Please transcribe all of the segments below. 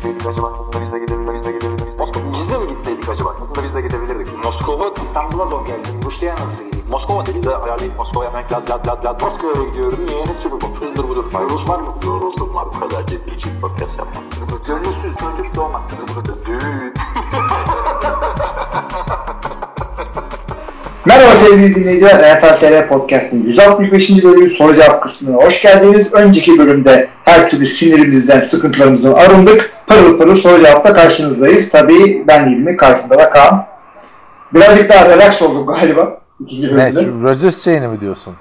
acaba? Aslında biz de gidebilirdik. Biz de mi gitseydik acaba? Aslında biz de gidebilirdik. Moskova, İstanbul'a zor geldim. Rusya'ya nasıl gideyim? Moskova dedi de ayarlayıp Moskova'ya hemen lad. Moskova'ya gidiyorum. Niye? Ne sürü bu? Hızdır budur. Rus var mı? Yoruldum var. Bu kadar ciddi podcast yapmam. Gönülsüz çocuk doğmaz. Düğün. Merhaba sevgili dinleyiciler, NFL TR Podcast'ın 165. bölümü soru cevap kısmına hoş geldiniz. Önceki bölümde her türlü sinirimizden, sıkıntılarımızdan arındık. Pırıl pırıl soru cevapta karşınızdayız. Tabii ben değilim, karşımda da Kaan. Birazcık daha relax olduk galiba ikinci bölümde. Ne, şu Rodgers şeyini mi diyorsun?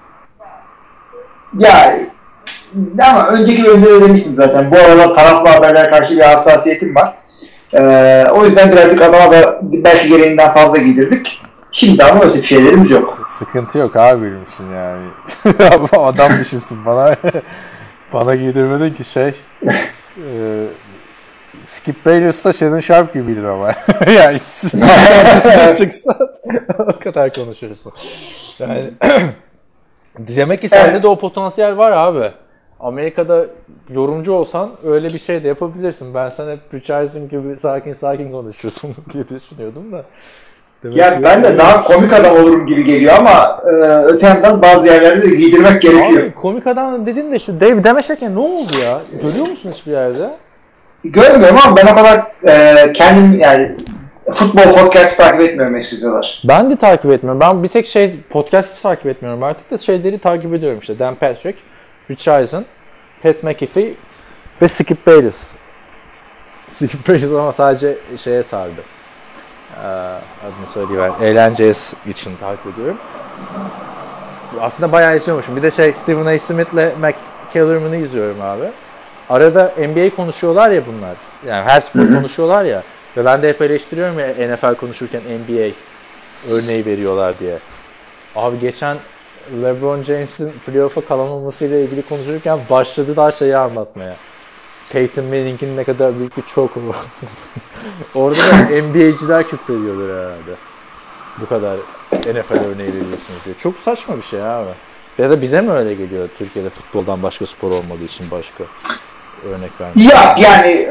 Ya ama önceki bölümde de demiştim zaten. Bu aralar taraflı haberlere karşı bir hassasiyetim var. O yüzden birazcık adama da belki gereğinden fazla giydirdik. Şimdi ama öyle şeylerimiz yok. Sıkıntı yok abi benim için yani. Adam düşünsün bana giydirmedin ki Skip Bayless'la Shannon Sharp gibiydin ama. Yani ikisinden çıksa o kadar konuşursun. Yani demek ki sende de o potansiyel var abi. Amerika'da yorumcu olsan öyle bir şey de yapabilirsin. Ben sen hep Richardson gibi sakin konuşuyorsun diye düşünüyordum da. Demek ya ben de daha komik adam olurum gibi geliyor ama öte yandan bazı yerlerde de giydirmek gerekiyor. Abi komik adam dedin de şu Dave Dameshek'e ne oldu ya? Görüyor musun hiçbir yerde? Görmüyorum ama ben o kadar kendim yani futbol podcast'ı takip etmiyorum eksik. Ben de takip etmiyorum. Ben bir tek podcast'ı takip etmiyorum. Artık da şeyleri takip ediyorum işte. Dan Patrick, Richardson, Pat McAfee ve Skip Bayless. Skip Bayless ama sadece şeye sardı. Adını söyleyeyim, eğlence için takip ediyorum. Aslında bayağı izliyormuşum. Bir de Stephen A. Smith'le Max Kellerman'ı izliyorum abi. Arada NBA konuşuyorlar ya bunlar. Yani her spor konuşuyorlar ya. Ve ben de hep eleştiriyorum ya NFL konuşurken NBA örneği veriyorlar diye. Abi geçen LeBron James'in playoff'a kalan olmasıyla ilgili konuşurken başladı daha şeyi anlatmaya. Peyton Manning'in ne kadar büyük bir çok var. Orada da NBA'ciler küfrediyorlar herhalde. Bu kadar NFL örneği veriyorsunuz diye. Çok saçma bir şey abi. Ya da bize mi öyle geliyor Türkiye'de futboldan başka spor olmadığı için başka örnek vermek? Ya yani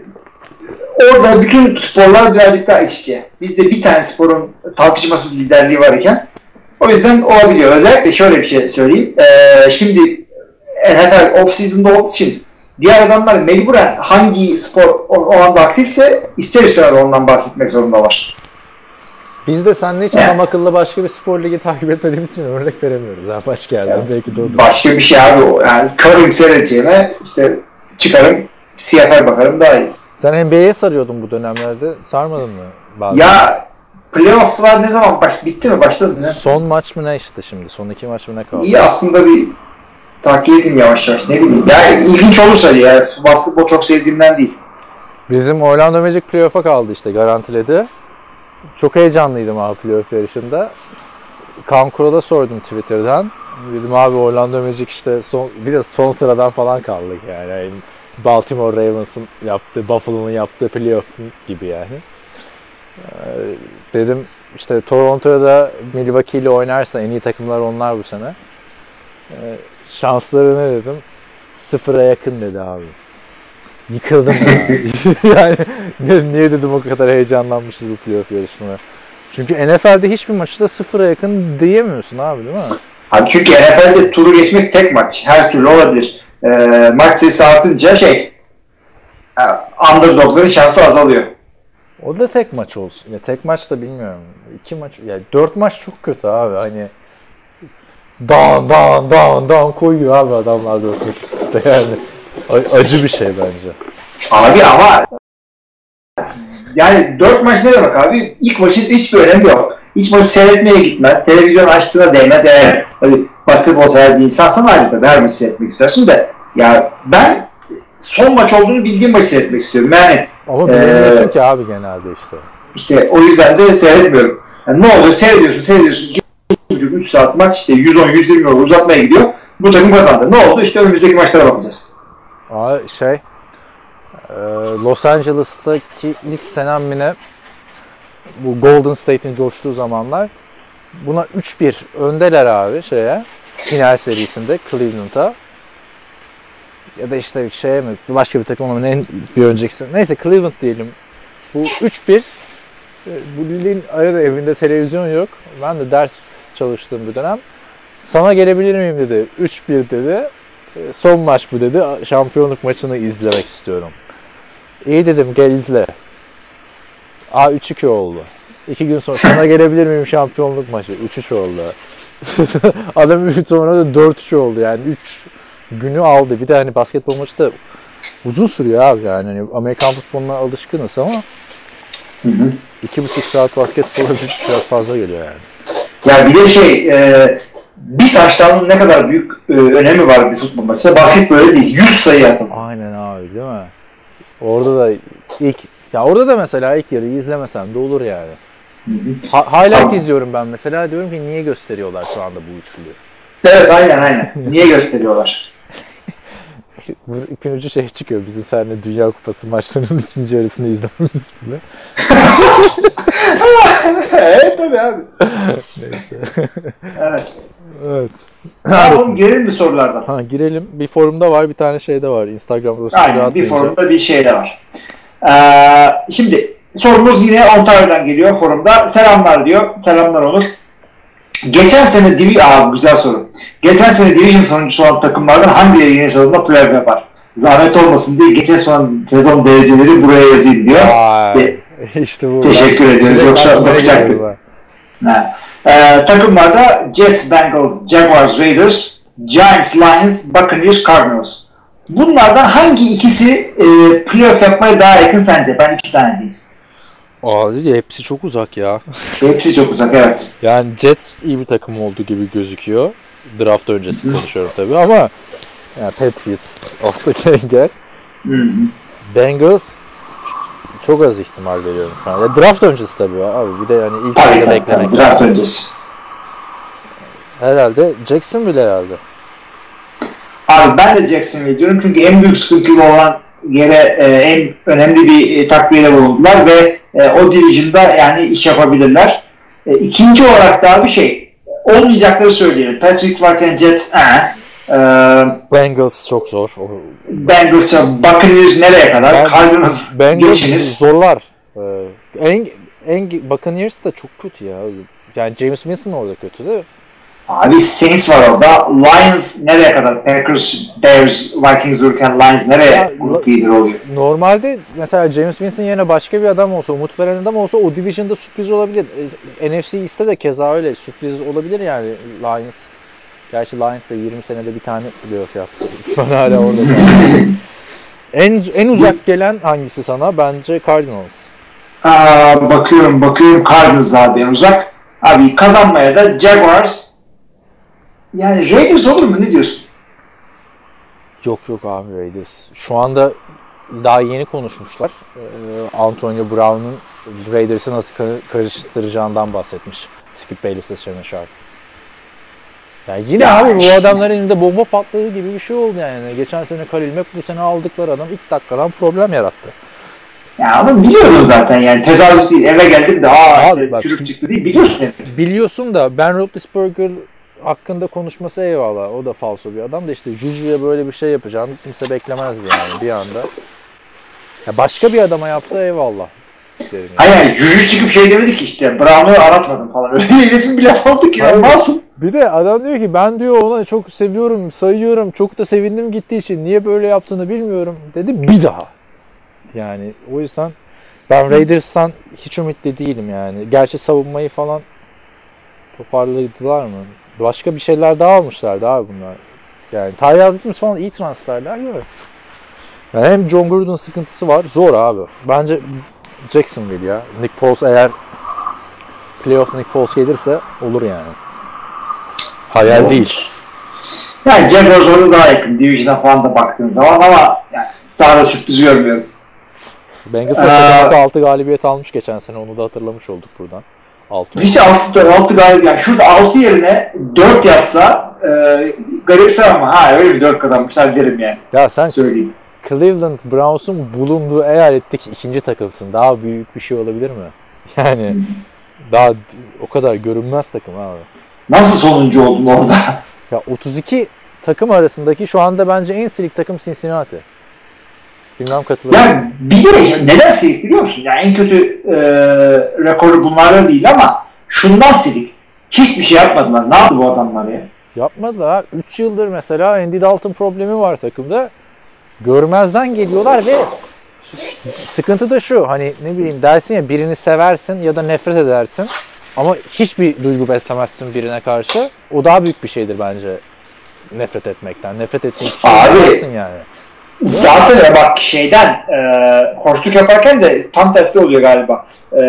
orada bütün sporlar birazcık daha iç içe. Bizde bir tane sporun tartışmasız liderliği var iken o yüzden olabiliyor. Özellikle şöyle bir şey söyleyeyim. Şimdi NFL off-season'da olduğu için diğer adamlar mecburen hangi spor o anda aktifse ister istemez ondan bahsetmek zorundalar. Biz de seninle hiç adam akıllı başka bir spor ligi takip etmediğimiz için örnek veremiyoruz. Yani başka yerden yani, belki de başka bir şey abi o. Yani curling seyredeceğime işte çıkarım CFL bakarım daha iyi. Sen NBA'ye sarıyordun bu dönemlerde. Sarmadın mı? Bazen? Ya playoff'lar ne zaman bitti mi? Başladı mı? Son maç mı ne işte şimdi? Son 2 maç mı ne kaldı? İyi aslında bir takip edeyim yavaş yavaş. Ne bileyim. Yani ilginç olursa ya. Basketbol çok sevdiğimden değil. Bizim Orlando Magic playoff'a kaldı işte. Garantiledi. Çok heyecanlıydım abi playoff yarışında. Kaan Kural'a sordum Twitter'dan. Dedim abi Orlando Magic işte bir de son sıradan falan kaldık yani. Baltimore Ravens'ın yaptığı, Buffalo'nun yaptığı playoff gibi yani. Dedim işte Toronto'ya da Milwaukee ile oynarsa en iyi takımlar onlar bu sene. Şansları ne dedim? 0'a yakın dedi abi. Yıkıldım ya. Yani niye dedim o kadar heyecanlanmışız bu playoff yarışına. Çünkü NFL'de hiçbir maçta 0'a yakın diyemiyorsun abi değil mi? Abi çünkü NFL'de turu geçmek tek maç. Her türlü olabilir. Maç sayısı artınca underdogların şansı azalıyor. O da tek maç olsun. Ya tek maç da bilmiyorum. 2 maç, yani 4 maç çok kötü abi. Hani down koyuyor abi adamlar 4 maç üstte yani. Acı bir şey bence. Abi ama yani 4 maç ne demek abi? İlk maçın hiçbir önemi yok. İlk maçı seyretmeye gitmez. Televizyon açtığına değmez. Eğer tabii basketbol sever bir insansan ayrı tabii. Her maçı seyretmek istersin de. Ya ben son maç olduğunu bildiğim maçı seyretmek istiyorum. Yani ama bilmiyorsun ki abi genelde işte. İşte o yüzden de seyretmiyorum. Yani ne oluyor? Seyrediyorsun. 2,5-3 saat maç işte 110-120 olur uzatmaya gidiyor. Bu takım kazandı. Ne oldu? İşte önümüzdeki maçlara bakacağız. Abi Los Angeles'taki ilk senemine bu Golden State'in coştuğu zamanlar buna 3-1 öndeler abi final serisinde Cleveland'a. ya da işte şeye mi başka bir takım ama en bir önceki neyse Cleveland diyelim. Bu 3-1 bu Lille'in arada evinde televizyon yok. Ben de ders çalıştığım bir dönem. Sana gelebilir miyim dedi. 3-1 dedi. Son maç bu dedi. Şampiyonluk maçını izlemek istiyorum. İyi dedim gel izle. 3-2 oldu. 2 gün sonra sana gelebilir miyim şampiyonluk maçı? 3-3 oldu. Adam 3 sonra da 4-3 oldu yani 3 günü aldı. Bir de hani basketbol maçı da uzun sürüyor abi yani. Hani Amerikan futboluna alışkınız ama 2,5 saat basketbola biraz fazla geliyor yani. Ya bir de bir taştanın ne kadar büyük önemi var bir futbol maçında. Basket böyle değil. 100 sayı atıldı. Aynen abi değil mi? Orada da orada da mesela ilk yarıyı izlemesem de olur yani. Highlight izliyorum ben mesela. Diyorum ki niye gösteriyorlar şu anda bu üçlüyü? Evet aynen. Niye gösteriyorlar? Bu ipin ucu çıkıyor. Bizim seninle Dünya Kupası maçlarının ikinci yarısını izlememiz bile. Evet tabii abi. Neyse. Evet. Tamam girelim mi sorulardan? Girelim. Bir forumda var, bir tane şeyde var. Instagram'da. Aynen bir forumda bir şey de var. Şimdi sorumuz yine Ontario'dan geliyor forumda. Selamlar diyor. Selamlar Onur. Geçen sene güzel soru. Geçen sene Division sonuncusu olan takımlardan hangileri yeni sezonda playoff yapar? Zahmet olmasın diye geçen sezon dereceleri buraya yazayım diyor. İşte bu. Teşekkür ediyoruz. Yoksa bakacaktık. Takımlarda Jets, Bengals, Jaguars, Raiders, Giants, Lions, Buccaneers, Cardinals. Bunlardan hangi ikisi playoff yapmaya daha yakın sence? Ben 2 tane diyeyim. Hepsi çok uzak ya. Hepsi çok uzak evet. Yani Jets iyi bir takım olduğu gibi gözüküyor. Draft öncesi konuşuyorum tabii ama yani Patriots alttaki engel. Bengals çok az ihtimal veriyorum şu an. Ya draft öncesi tabii abi. Bir de yani ilk ayda beklemek. Draft öncesi. Herhalde Jacksonville herhalde. Abi ben de Jacksonville diyorum çünkü en büyük sıkıntılı olan yere en önemli bir takviyede bulundular ve o division'da yani iş yapabilirler. İkinci olarak da olmayacakları söyleyelim. Patriots varken Jets Bengals çok zor. Bengals, Buccaneers nereye kadar? Cardinals Bengals zorlar. Buccaneers da çok kötü ya. Yani James Winston orada kötü değil mi? Abi Saints var orada. Lions nereye kadar? Packers, Bears, Vikings dururken Lions nereye grup lider oluyor? Normalde mesela James Winston yerine başka bir adam olsa, umut veren adam olsa o division'da sürpriz olabilir. NFC East'te de keza öyle sürpriz olabilir yani Lions. Gerçi Lions da 20 senede bir tane playoff yaptı. Ben hala orada en uzak gelen hangisi sana? Bence Cardinals. Bakıyorum Cardinals abi en uzak. Abi kazanmaya da Jaguars. Yani Raiders olur mu? Ne diyorsun? Yok abi Raiders. Şu anda daha yeni konuşmuşlar. Antonio Brown'un Raiders'ı nasıl karıştıracağından bahsetmiş. Skip Bayless'le Shannon Sharp. Yani yine abi bu adamların elinde bomba patladığı gibi bir şey oldu yani. Geçen sene Khalil Mack, bu sene aldıkları adam ilk dakikadan problem yarattı. Ya ama biliyorum zaten yani tezahürat değil. Eve geldim de çürük çıktı değil biliyorsun. Biliyorsun da Ben Roethlisberger hakkında konuşması eyvallah. O da falso bir adam da işte Juju'ya böyle bir şey yapacağını kimse beklemezdi yani bir anda. Ya başka bir adama yapsa eyvallah. Yani. Hayır Juju çıkıp demedi ki işte Brown'u aratmadım falan. Öyle herifin bir laf oldu ki ya masum. Bir de adam diyor ki ben diyor ona çok seviyorum, sayıyorum, çok da sevindim gittiği için. Niye böyle yaptığını bilmiyorum dedi bir daha. Yani o yüzden ben Raiders'tan hiç ümitli değilim yani. Gerçi savunmayı falan toparladılar mı? Başka bir şeyler daha almışlardı abi bunlar. Yani Tyler Williams falan iyi transferler yok. Yani hem John Gruden sıkıntısı var. Zor abi. Bence Jacksonville ya. Nick Foles eğer playoff Nick Foles gelirse olur yani. Hayal değil. Yani Jaguars orada daha yakın. Division'a falan da baktığın zaman ama yani sahada sürpriz görmüyorum. Bengals'da 6 galibiyet almış geçen sene. Onu da hatırlamış olduk buradan. 6 hiç 6 galibiyet. Yani şurada 6 yerine 4 yazsa garipse ama öyle bir 4 kazanmışlar derim yani. Ya sen söyleyeyim. Cleveland Browns'un bulunduğu eyaletteki ikinci takımsın. Daha büyük bir şey olabilir mi? Yani daha o kadar görünmez takım abi. Nasıl sonuncu oldun orada? Ya 32 takım arasındaki şu anda bence en silik takım Cincinnati. Bilmem katılır. Yani bir de neden silik biliyor musun? Yani en kötü rekoru bunlarda değil ama şundan silik. Hiçbir şey yapmadılar. Ne yaptı bu adamlar ya? Yapmadılar. 3 yıldır mesela Andy Dalton problemi var takımda. Görmezden geliyorlar ve sıkıntı da şu. Hani ne bileyim dersin ya birini seversin ya da nefret edersin. Ama hiçbir duygu beslemezsin birine karşı. O daha büyük bir şeydir bence nefret etmekten. Nefret etmek için Abi, yani. zaten bak şeyden koçluk yaparken de tam tersi oluyor galiba.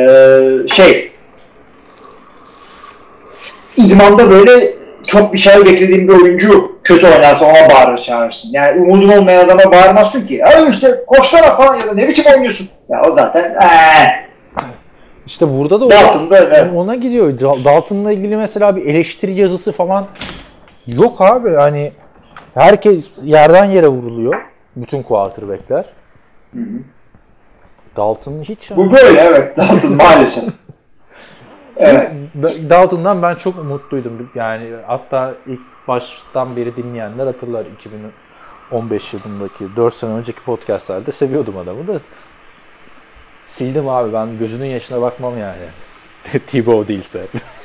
İdmanda böyle çok bir şey beklediğin bir oyuncu kötü oynarsa ona bağırır çağırırsın. Yani umudun olmayan adama bağırmazsın ki. Ay işte koşsana falan ya da ne biçim oynuyorsun. Ya o zaten İşte burada da Dalton'da ona gidiyor. Dalton'la ilgili mesela bir eleştiri yazısı falan yok abi. Hani herkes yerden yere vuruluyor. Bütün quarterback'ler. Dalton'un hiç... Bu böyle evet Dalton maalesef. Evet. Dalton'dan ben çok umutluydum. Yani hatta ilk baştan beri dinleyenler hatırlar 2015 yılındaki 4 sene önceki podcastlerde seviyordum adamı da. Sildim abi ben gözünün yaşına bakmam yani. Tebow değilse.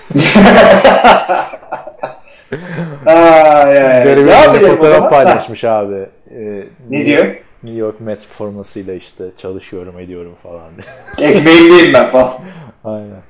Garibin bir fotoğraf paylaşmış abi. Ne diyor? New York Mets formasıyla işte çalışıyorum ediyorum falan. Ekmeğimdeyim ben falan. Aynen.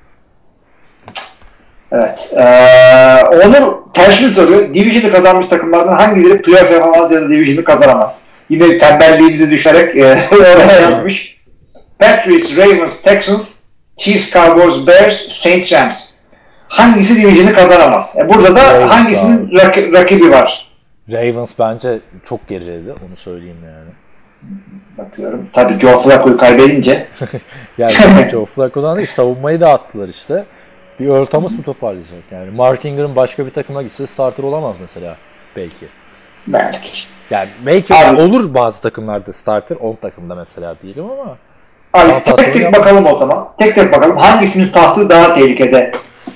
Evet. Onur tersini soruyor. Division'ı kazanmış takımlardan hangileri playoff yapamaz ya da Division'ı kazanamaz? Yine tembelliğimizi düşerek oraya yazmış. Patriots, Ravens, Texans, Chiefs, Cowboys, Bears, Saints, Rams. Hangisi Division'ı kazanamaz? Burada da Ravens hangisinin rakibi var? Ravens bence çok geriledi. Onu söyleyeyim yani. Bakıyorum. Tabii Joe Flacco'yu kaybedince. Yani Joe Flacco'dan değil, savunmayı da attılar işte. Bir Earl Thomas mı toparlayacak yani? Mark Ingram başka bir takıma gitse starter olamaz mesela belki. Belki. Yani belki olur bazı takımlarda starter, 10 takımda mesela diyelim ama. Abi tek tek bakalım o zaman. Tek tek bakalım hangisinin tahtı daha tehlikede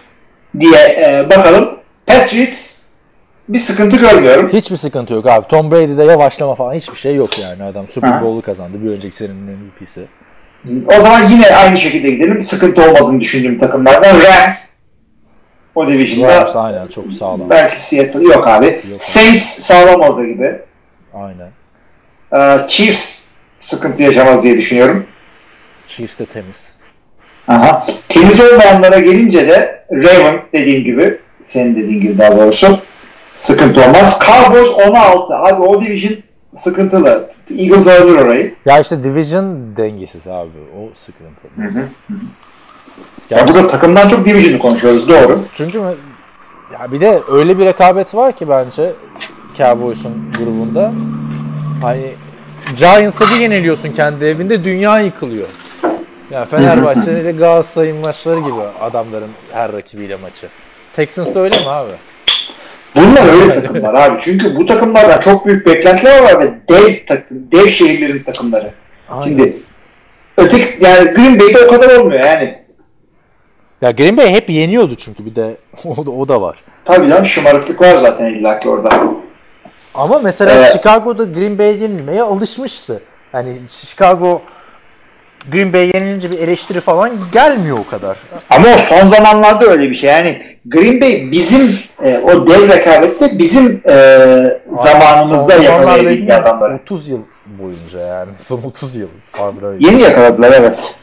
diye bakalım. Patriots bir sıkıntı görmüyorum. Hiçbir sıkıntı yok abi. Tom Brady'de yavaşlama falan hiçbir şey yok yani. Adam Super Bowl'u kazandı. Bir önceki senenin MVP'si. O zaman yine aynı şekilde gidelim. Sıkıntı olmadığını düşündüğüm takımlardan Rams. O division'da. Rams aynen çok sağlam. Belki Seattle yok abi. Yok. Saints sağlam orada gibi. Aynen. Chiefs sıkıntı yaşamaz diye düşünüyorum. Chiefs de temiz. Aha. Temiz olmayanlara gelince de Ravens dediğim gibi, senin dediğin gibi daha doğrusu sıkıntı olmaz. Cowboys 16. Abi o division sıkıntılı. Eagles alır orayı. Ya işte division dengesiz abi. O sıkıntı. Ya burada takımdan çok division'ı konuşuyoruz. Doğru. Çünkü ya bir de öyle bir rekabet var ki bence Cowboys'un grubunda. Hani Giants'a bir yeniliyorsun kendi evinde, dünya yıkılıyor. Yani Fenerbahçe ile Galatasaray'ın maçları gibi adamların her rakibiyle maçı. Texans da öyle mi abi? Bunlar öyle takımlar abi. Çünkü bu takımlardan çok büyük beklentiler var ve dev şehirlerin takımları. Aynen. Şimdi öteki yani Green Bay'de o kadar olmuyor yani. Ya Green Bay hep yeniyordu çünkü bir de o da var. Tabii canım şımarıklık var zaten illaki orada. Ama mesela Chicago'da Green Bay'e yenilmeye alışmıştı. Yani Chicago Green Bay yenilince bir eleştiri falan gelmiyor o kadar. Ama o son zamanlarda öyle bir şey. Yani Green Bay bizim o dev rekabette bizim zamanımızda yakalayabildik adamları. 30 yıl boyunca yani. Son 30 yıl. Yeni yakaladılar evet.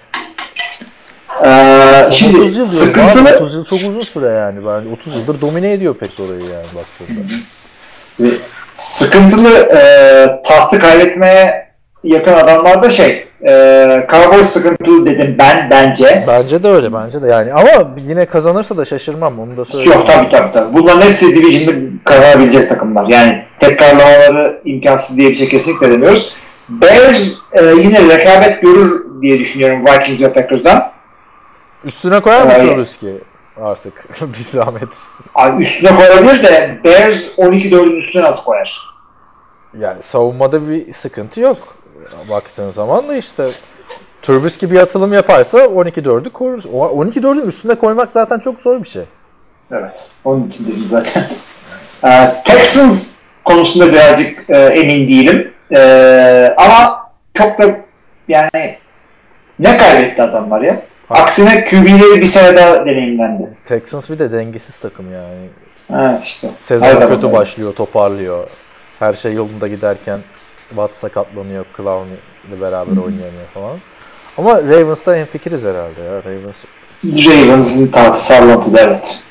Şimdi sıkıntılı. 30 yıl çok uzun süre yani. Ben 30 yıldır domine ediyor pek orayı yani baktığımda. Sıkıntılı tahtı kaybetmeye yakın adamlar da Cowboys sıkıntılı dedim bence. Bence de öyle bence de yani. Ama yine kazanırsa da şaşırmam onu da söyleyeyim. Yok tabii. Bunların hepsi division'da kazanabilecek takımlar. Yani tekrarlamaları imkansız diye bir şey kesinlikle demiyoruz. Bears yine rekabet görür diye düşünüyorum Vikings ve Packers'dan. Üstüne koyar mı Trubisky artık bir zahmet? Abi üstüne koyabilir de Bears 12-4'ün üstüne nasıl koyar? Yani savunmada bir sıkıntı yok. Baktığın zaman da işte Trubisky bir atılım yaparsa 12-4'ü korur. 12-4'ün üstüne koymak zaten çok zor bir şey. Evet. Onun için dedim zaten. Texans konusunda birazcık emin değilim. Ama çok da yani ne kaybetti adamlar ya? Aksine QB'leri bir sene daha deneyimlendi. Texans bir de dengesiz takım yani. Evet işte. Sezon kötü başlıyor, toparlıyor. Her şey yolunda giderken Watt sakatlanıyor, Clowney ile beraber oynayamıyor falan. Ama Ravens'ta hemfikiriz herhalde ya. Ravens'ın tahtı sallantıda, evet.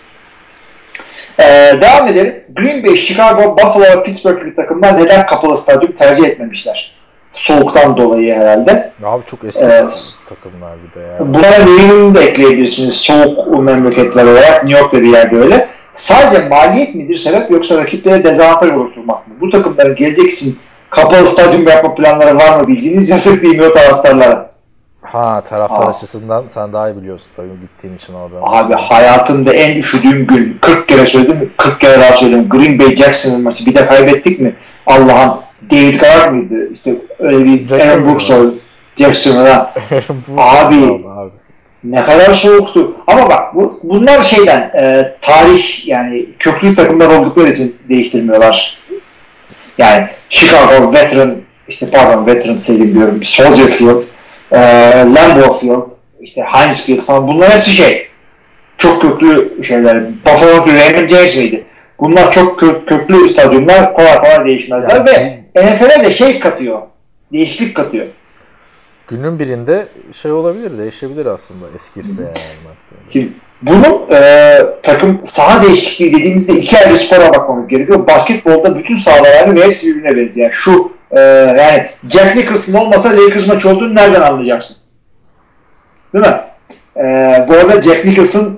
Devam edelim. Green Bay, Chicago, Buffalo ve Pittsburgh gibi takımlar neden kapalı stadyum tercih etmemişler? Soğuktan dolayı herhalde. Abi çok eski takımlar bir de yani. Buna New England'ı da ekleyebilirsiniz. Soğuk memleketler olarak. New York'ta bir yerde öyle. Sadece maliyet midir sebep, yoksa rakiplere dezavantaj oluşturmak mı? Bu takımların gelecek için kapalı stadyum yapma planları var mı bildiğiniz? Yazık değil mi o taraftarlara? Taraftar açısından sen daha iyi biliyorsun tabii gittiğin için orada. Abi hayatımda en üşüdüğüm gün, 40 kere söyledim, 40 kere daha söyledim. Green Bay Jacksonville maçı, bir de kaybettik mi? Allah'ım, David Carr mıydı? İşte öyle bir Aaron Brooks oldu. Jacksonville'a. Abi ne kadar soğuktu. Ama bak bunlar şeyden tarih, yani köklü takımlar oldukları için değiştirmiyorlar. Yani Chicago veteran, veteran diyorum. Soldier Field, Lambeau Field, Heinz Field falan, bunlar hepsi çok köklü şeyler. Buffalo Raymond James miydi? Bunlar çok köklü stadyumlar, kolay değişmezler yani, ve NFL'e de katıyor. Değişiklik katıyor. Günün birinde olabilir, değişebilir aslında eskirse yani. Şimdi bunun takım saha değişikliği dediğimizde iki ayrı spora bakmamız gerekiyor. Basketbolda bütün sahalar aynı ve hepsi birbirine benziyor. Yani yani Jack Nicholson olmasa Lakers maçı olduğunu nereden anlayacaksın? Değil mi? Bu arada Jack Nicholson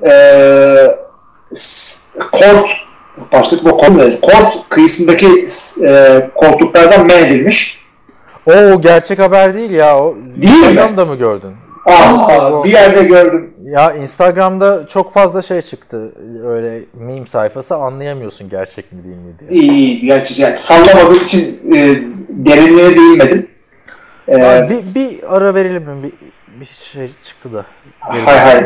kort kıyısındaki koltuklardan men edilmiş. O gerçek haber değil ya. O değil Instagram'da mı gördün? Bir yerde gördüm. Ya Instagram'da çok fazla çıktı. Öyle meme sayfası, anlayamıyorsun gerçek mi değil mi diye. İyi, gerçek. Sallamadığım için derinliğine değinmedim. Bir ara verelim mi? Bir çıktı da. Hayır.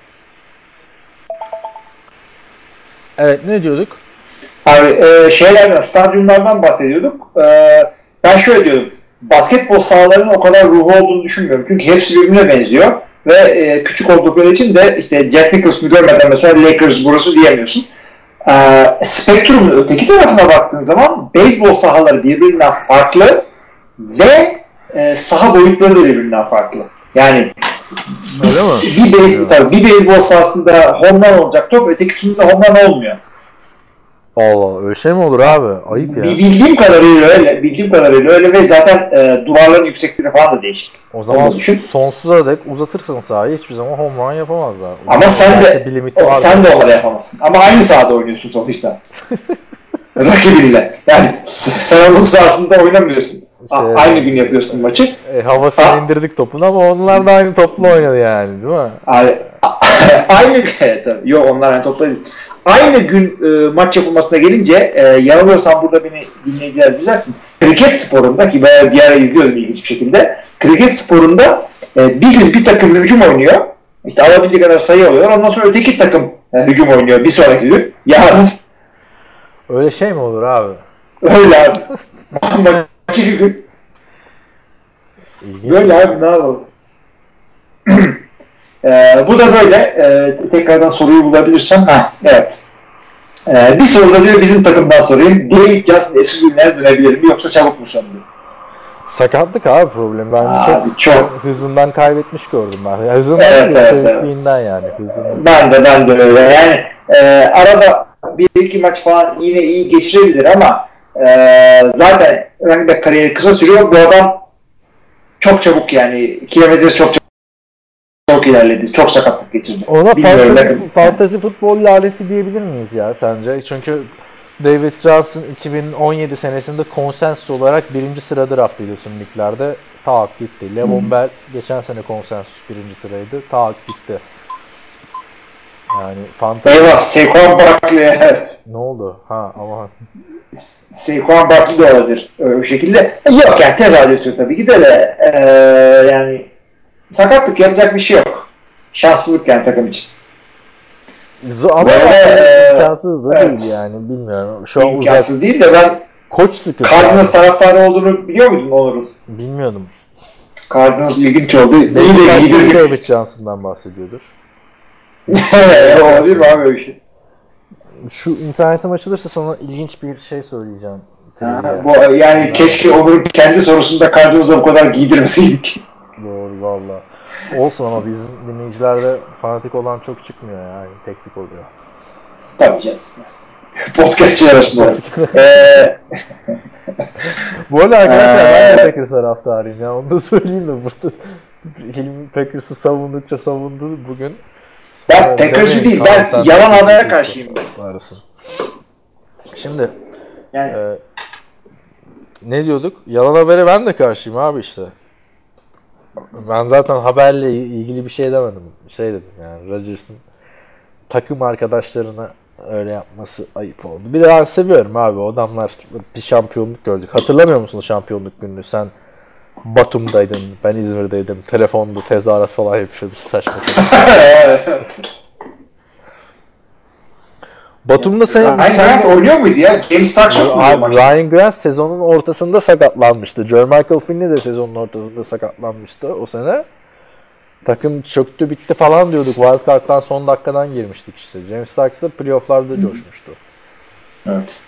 Evet, ne diyorduk? Abi stadyumlardan bahsediyorduk. Ben şöyle diyordum. Basketbol sahalarının o kadar ruhu olduğunu düşünmüyorum. Çünkü hepsi birbirine benziyor. Ve küçük oldukları için de Jack Nicholson'u görmeden mesela Lakers burası diyemiyorsun. Spektrumun öteki tarafına baktığın zaman beyzbol sahaları birbirinden farklı ve saha boyutları da birbirinden farklı. Yani bir beyzbol sahasında home run olacak top, ötekisinde home run olmuyor. Allah, öyle şey mi olur abi? Ayıp ya. Bildiğim kadarıyla öyle ve zaten duvarların yüksekliği falan da değişik. O zaman sonsuza dek uzatırsın sahayı, hiçbir zaman home run yapamazlar. Ama sen de onları yapamazsın. Ama aynı sahada oynuyorsun sonuçta. Rakibinle. Yani sen onun sahasında oynamıyorsun. Aynı gün yapıyorsun maçı. Havasını indirdik topun ama onlar da aynı topla oynadı yani, değil mi? Aynı tabii. Yok, onlar aynı topla değil. Aynı gün maç yapılmasına gelince yanılıyorsam burada beni dinleyiciler düzelsin. Kriket sporunda, ki ben bir ara izliyordum ilginç bir şekilde. Kriket sporunda bir gün bir takım hücum oynuyor. Alabildiği kadar sayı alıyor. Ondan sonra öteki takım hücum oynuyor bir sonraki gün. Yarın. Öyle şey mi olur abi? Öyle abi. Maçı bir gün. Böyle abi, ne yapalım? Bu da böyle. Tekrardan soruyu bulabilirsem. Evet. Bir soruda diyor, bizim takımdan sorayım. David Johnson eski günlerine dönebilir mi, yoksa çabuk mu sanıyor? Sakatlık abi problem. Ben çok hızından kaybetmiş gördüm ben. Hızından evet. Yani. Hızından. Ben de öyle. Yani arada bir iki maç falan yine iyi geçirebilir ama zaten running back kariyeri kısa sürüyor. Bu adam çok çabuk, yani kilometresi çok ilerledi. Çok sakatlık geçirdi. Ona fantasy futbol laneti diyebilir miyiz ya sence? Çünkü David Johnson 2017 senesinde konsensus olarak 1. sırada draft edilsin liglerde. Tak gitti. Le'Veon Bell geçen sene konsensus 1. sıraydı. Tak gitti. Yani fantasy... Eyvah, Saquon Barkley, evet. Ne oldu? Aman. Saquon Barkley de olabilir. Öyle bir şekilde. Yok yani, tezahür tabii ki de yani sakatlık, yapacak bir şey yok. Şanssızlık yani takım için. Ama imkansız da değil yani, bilmiyorum. Şu an imkansız değil de ben Koç sıkıntı. Cardinals taraftarı olduğunu biliyor muydun Onur'un? Bilmiyordum. Cardinals ilginç oldu. İyi de Belki giydirdik. David Johnson'dan bahsediyordur. Olabilir mi abi öyle bir şey? Şu internetim açılırsa sana ilginç bir şey söyleyeceğim. Bu, yani keşke Onur'un kendi sorusunda Cardinals'a bu kadar giydirmeseydik. Doğru valla. Olsun ama bizim dinleyicilerde fanatik olan çok çıkmıyor yani. Teknik oluyor. Tabii canım. Podcastçiler arasında. Bu arada arkadaşlar ben de Packers taraftarıyım ya. Onu da söyleyeyim de burada Hilmi Packers'ı savundukça savundu bugün. Ben Packers'ı değil, ben yalan habere karşıyım. Arasın. Şimdi Yani ne diyorduk? Yalan habere ben de karşıyım abi işte. Ben zaten haberle ilgili bir şey demedim. Şey dedim yani Rodgers'ın takım arkadaşlarına öyle yapması ayıp oldu. Bir de ben seviyorum abi. O adamlar bir şampiyonluk gördük. Hatırlamıyor musun şampiyonluk gününü? Sen Batum'daydın, ben İzmir'deydim. Telefonda tezahürat falan yapıyorduk saçma sapan. Batum'da Ryan Grant oynuyor muydu ya? James Stark abi, Ryan Grant sezonun ortasında sakatlanmıştı. Jermichael Finley de sezonun ortasında sakatlanmıştı o sene. Takım çöktü bitti falan diyorduk. Wildcard'dan son dakikadan girmiştik işte. James Starks da playoff'larda coşmuştu. Evet.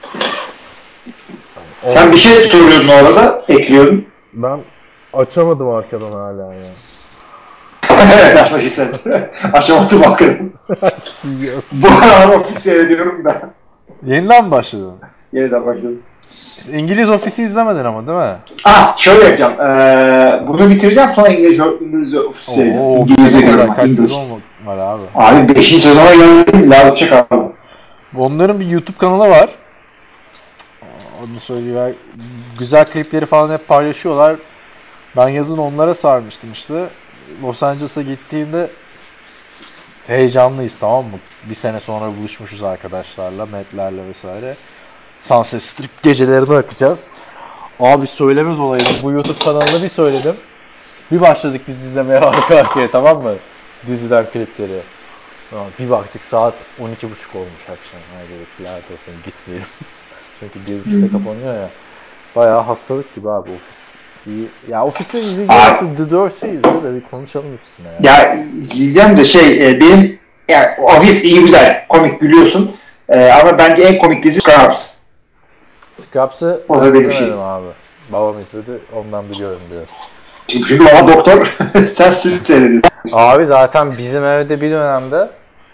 Sen bir şey soruyordun orada, ekliyordun. Ben açamadım arkadan hala ya. Evet arkadaşlar. Aşamadım hakikaten. Bu aralar ofis seyrediyorum da. Yeniden mi başladın? Yeniden başladım. İngiliz ofisi izlemedin ama değil mi? Şöyle yapacağım. Bunu bitireceğim sonra İngiliz ofisi seyredeceğim. İngilizce görüyorum. Kaç sezon var abi? Abi 5. sezona geldim. Lazım abi. Onların bir YouTube kanalı var. Onu söyleyeyim. Güzel klipleri falan hep paylaşıyorlar. Ben yazın onlara sarmıştım işte. Los Angeles'a gittiğimde heyecanlıyız, tamam mı? Bir sene sonra buluşmuşuz arkadaşlarla, Matt'lerle vesaire. Sunset Strip gecelerini akacağız. Abi söylemez olayım. Bu YouTube kanalını bir söyledim. Bir başladık biz izlemeye arka arkaya, tamam mı? Diziden klipleri. Bir baktık saat 12.30 olmuş akşam. Haydi lanet olsun gitmeyelim. Çünkü 1.30'da kapanıyor ya. Bayağı hastalık gibi abi ofis. İyi. Ya ofiste izleyeceğiz. The Dirty'yi izle de bir konuşalım üstüne ya. Ya izleyeceğim de benim yani ofis iyi güzel. Komik gülüyorsun. Ama bence en komik dizi Scrubs. Scrubs'ı izlemedim abi. Babam izledi. Ondan biliyorum biraz. Çünkü baba doktor. Sen süt seyrediyorsun. Abi zaten bizim evde bir dönemde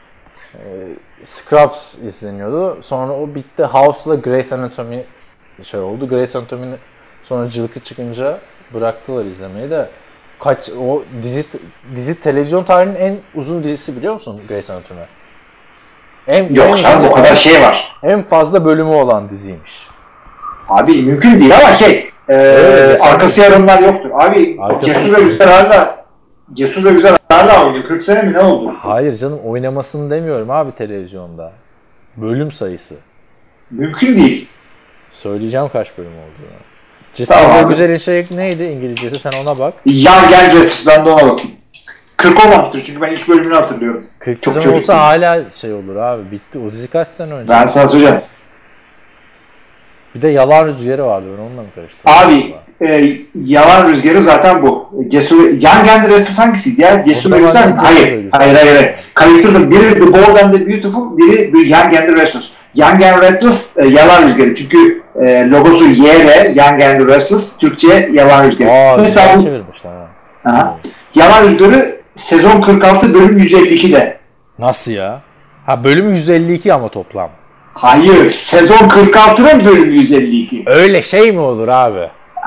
Scrubs izleniyordu. Sonra o bitti. House'la Grey's Anatomy şey oldu. Grey's Anatomy'nin sonra cılkı çıkınca bıraktılar izlemeyi de. O dizi televizyon tarihinin en uzun dizisi biliyor musun Grey's Anatomy? Yok canım o kadar şey var. En fazla bölümü olan diziymiş. Abi mümkün değil ama arkası yarınlar yoktur. Abi Cesur da güzel hala oynuyor. 40 sene mi ne oldu? Hayır canım, oynamasını demiyorum abi televizyonda. Bölüm sayısı. Mümkün değil. Söyleyeceğim kaç bölüm olduğunu. Cesur güzelin şey neydi İngilizcesi, sen ona bak. Young and Restless, ben de ona bakayım. 40 olmamıştır çünkü ben ilk bölümünü hatırlıyorum. 40 sezon olsa hala şey olur abi, bitti. O dizi kaç sene önce? Ben sana söyleyeceğim. Bir de Yalan Rüzgarı vardı, ben onunla mı karıştırdım? Abi Yalan Rüzgarı zaten bu. Young and Restless hangisiydi ya? Cesur ve Güzel mi? Hayır. Karıştırdım. Biri The Bold and the Beautiful, biri The Young and the Restless. Young and Restless Yalan Rüzgarı. Çünkü logosu YR, Young and the Restless, Türkçe Yalan Rüzgarı. Mesela bu çevirmişler ha. Yalan Rüzgarı sezon 46 bölüm 152'de. Nasıl ya? Ha, bölüm 152 ama toplam. Hayır, sezon 46'nın bölümü 152. Öyle şey mi olur abi?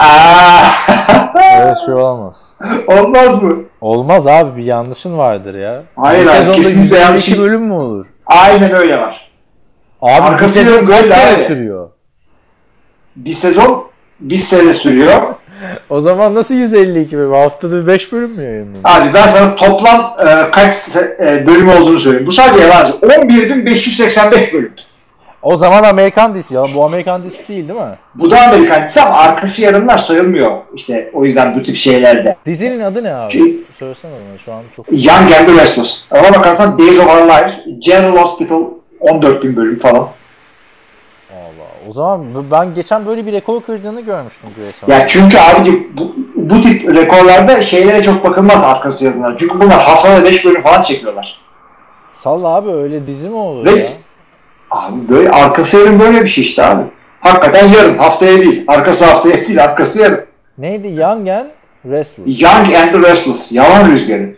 Öyle şey olamaz. Olmaz mı? Olmaz abi, bir yanlışın vardır ya. Hayır abi, kesinlikle yanlış. 152 bölüm mü olur? Aynen öyle var. Abi bir sezon kaç sene sürüyor? Bir sezon bir sene sürüyor. O zaman nasıl 152 bölüm? Haftada 5 bölüm mü yayınlanıyor? Abi ben sana toplam kaç bölüm olduğunu söyleyeyim. Bu sadece yalancı. 11.585 bölüm. O zaman Amerikan dizisi ya. Bu Amerikan dizisi değil mi? Bu da Amerikan dizisi ama arkası yarınlar sayılmıyor. İşte o yüzden bu tip şeylerde. Dizinin adı ne abi? Söylesene bana, şu an çok... Young and the Restless. Ona bakarsan Days of Our Lives, General Hospital 14.000 bölüm falan. Allah, O zaman ben geçen böyle bir rekor kırdığını görmüştüm Grayson'un. Ya çünkü abici bu tip rekorlarda şeylere çok bakılmaz arkası yazılan. Çünkü bunlar haftada 5 bölüm falan çekiyorlar. Salla abi, öyle dizi mi olur Ve ya? abi böyle arkası yarın böyle bir şey işte abi. Hakikaten yarın, haftaya değil. Arkası haftaya değil, arkası yarın. Neydi? Young and Restless. Young and the Restless. Yalan Rüzgarı.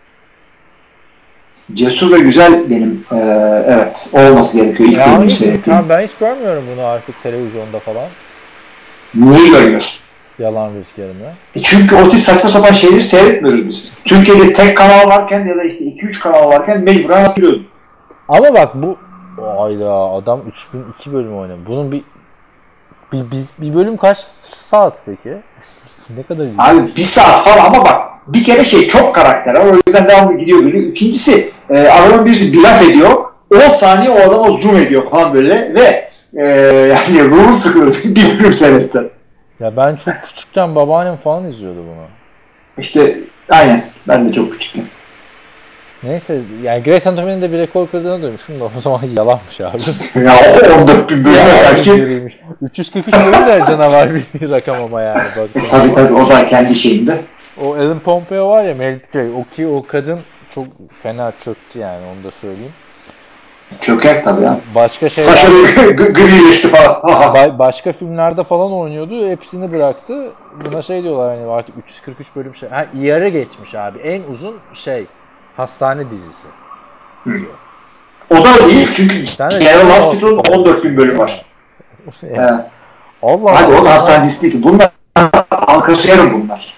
Cesur ve güzel benim evet olması gerekiyor. İlk bölümü seyrettiğim. Ben hiç görmüyorum bunu artık televizyonda falan. Niye görmüyorsun? Yalan Rüzgarı'nı. Çünkü o tip saçma sapan şeyleri seyretmiyoruz biz. Türkiye'de tek kanal varken ya da işte 2-3 kanal varken mecburen hatırlıyordum. Ama bak bu ayda adam 3002 bölüm oynadı. Bunun bir bölüm kaç saat peki? Ne kadar iyi. Abi 1 saat falan ama bak bir kere çok karakter var. O yüzden devamlı gidiyor geliyor. İkincisi adamın birisi bir laf ediyor. 10 saniye o adama zoom ediyor falan böyle ve yani ruhun sıkılır bir bölüm seyretsen. Ya ben çok küçükken babaannem falan izliyordu bunu. İşte aynen. Ben de çok küçüktüm. Neyse yani Grey's Anatomy'nin de bir rekor kırdığını duymuşum da o zaman yalanmış abi. Ya 14.000 bölüme karşı. 343 bölüm de canavar bir rakam ama yani. Tabii o da kendi şeyinde. O Ellen Pompeo var ya, Meredith Grey. O kadın çok fena çöktü yani, onu da söyleyeyim. Çöker tabii ya. Başka şeyler... Saçları grileşti falan. Başka filmlerde falan oynuyordu. Hepsini bıraktı. Buna şey diyorlar hani artık 343 bölüm şey. Ha, ER'e geçmiş abi. En uzun hastane dizisi. O da değil çünkü General Hospital'ın 14.000 bölüm var. Allah hadi o da hastane dizisi değil ki. Bunlar arkası yarım bunlar.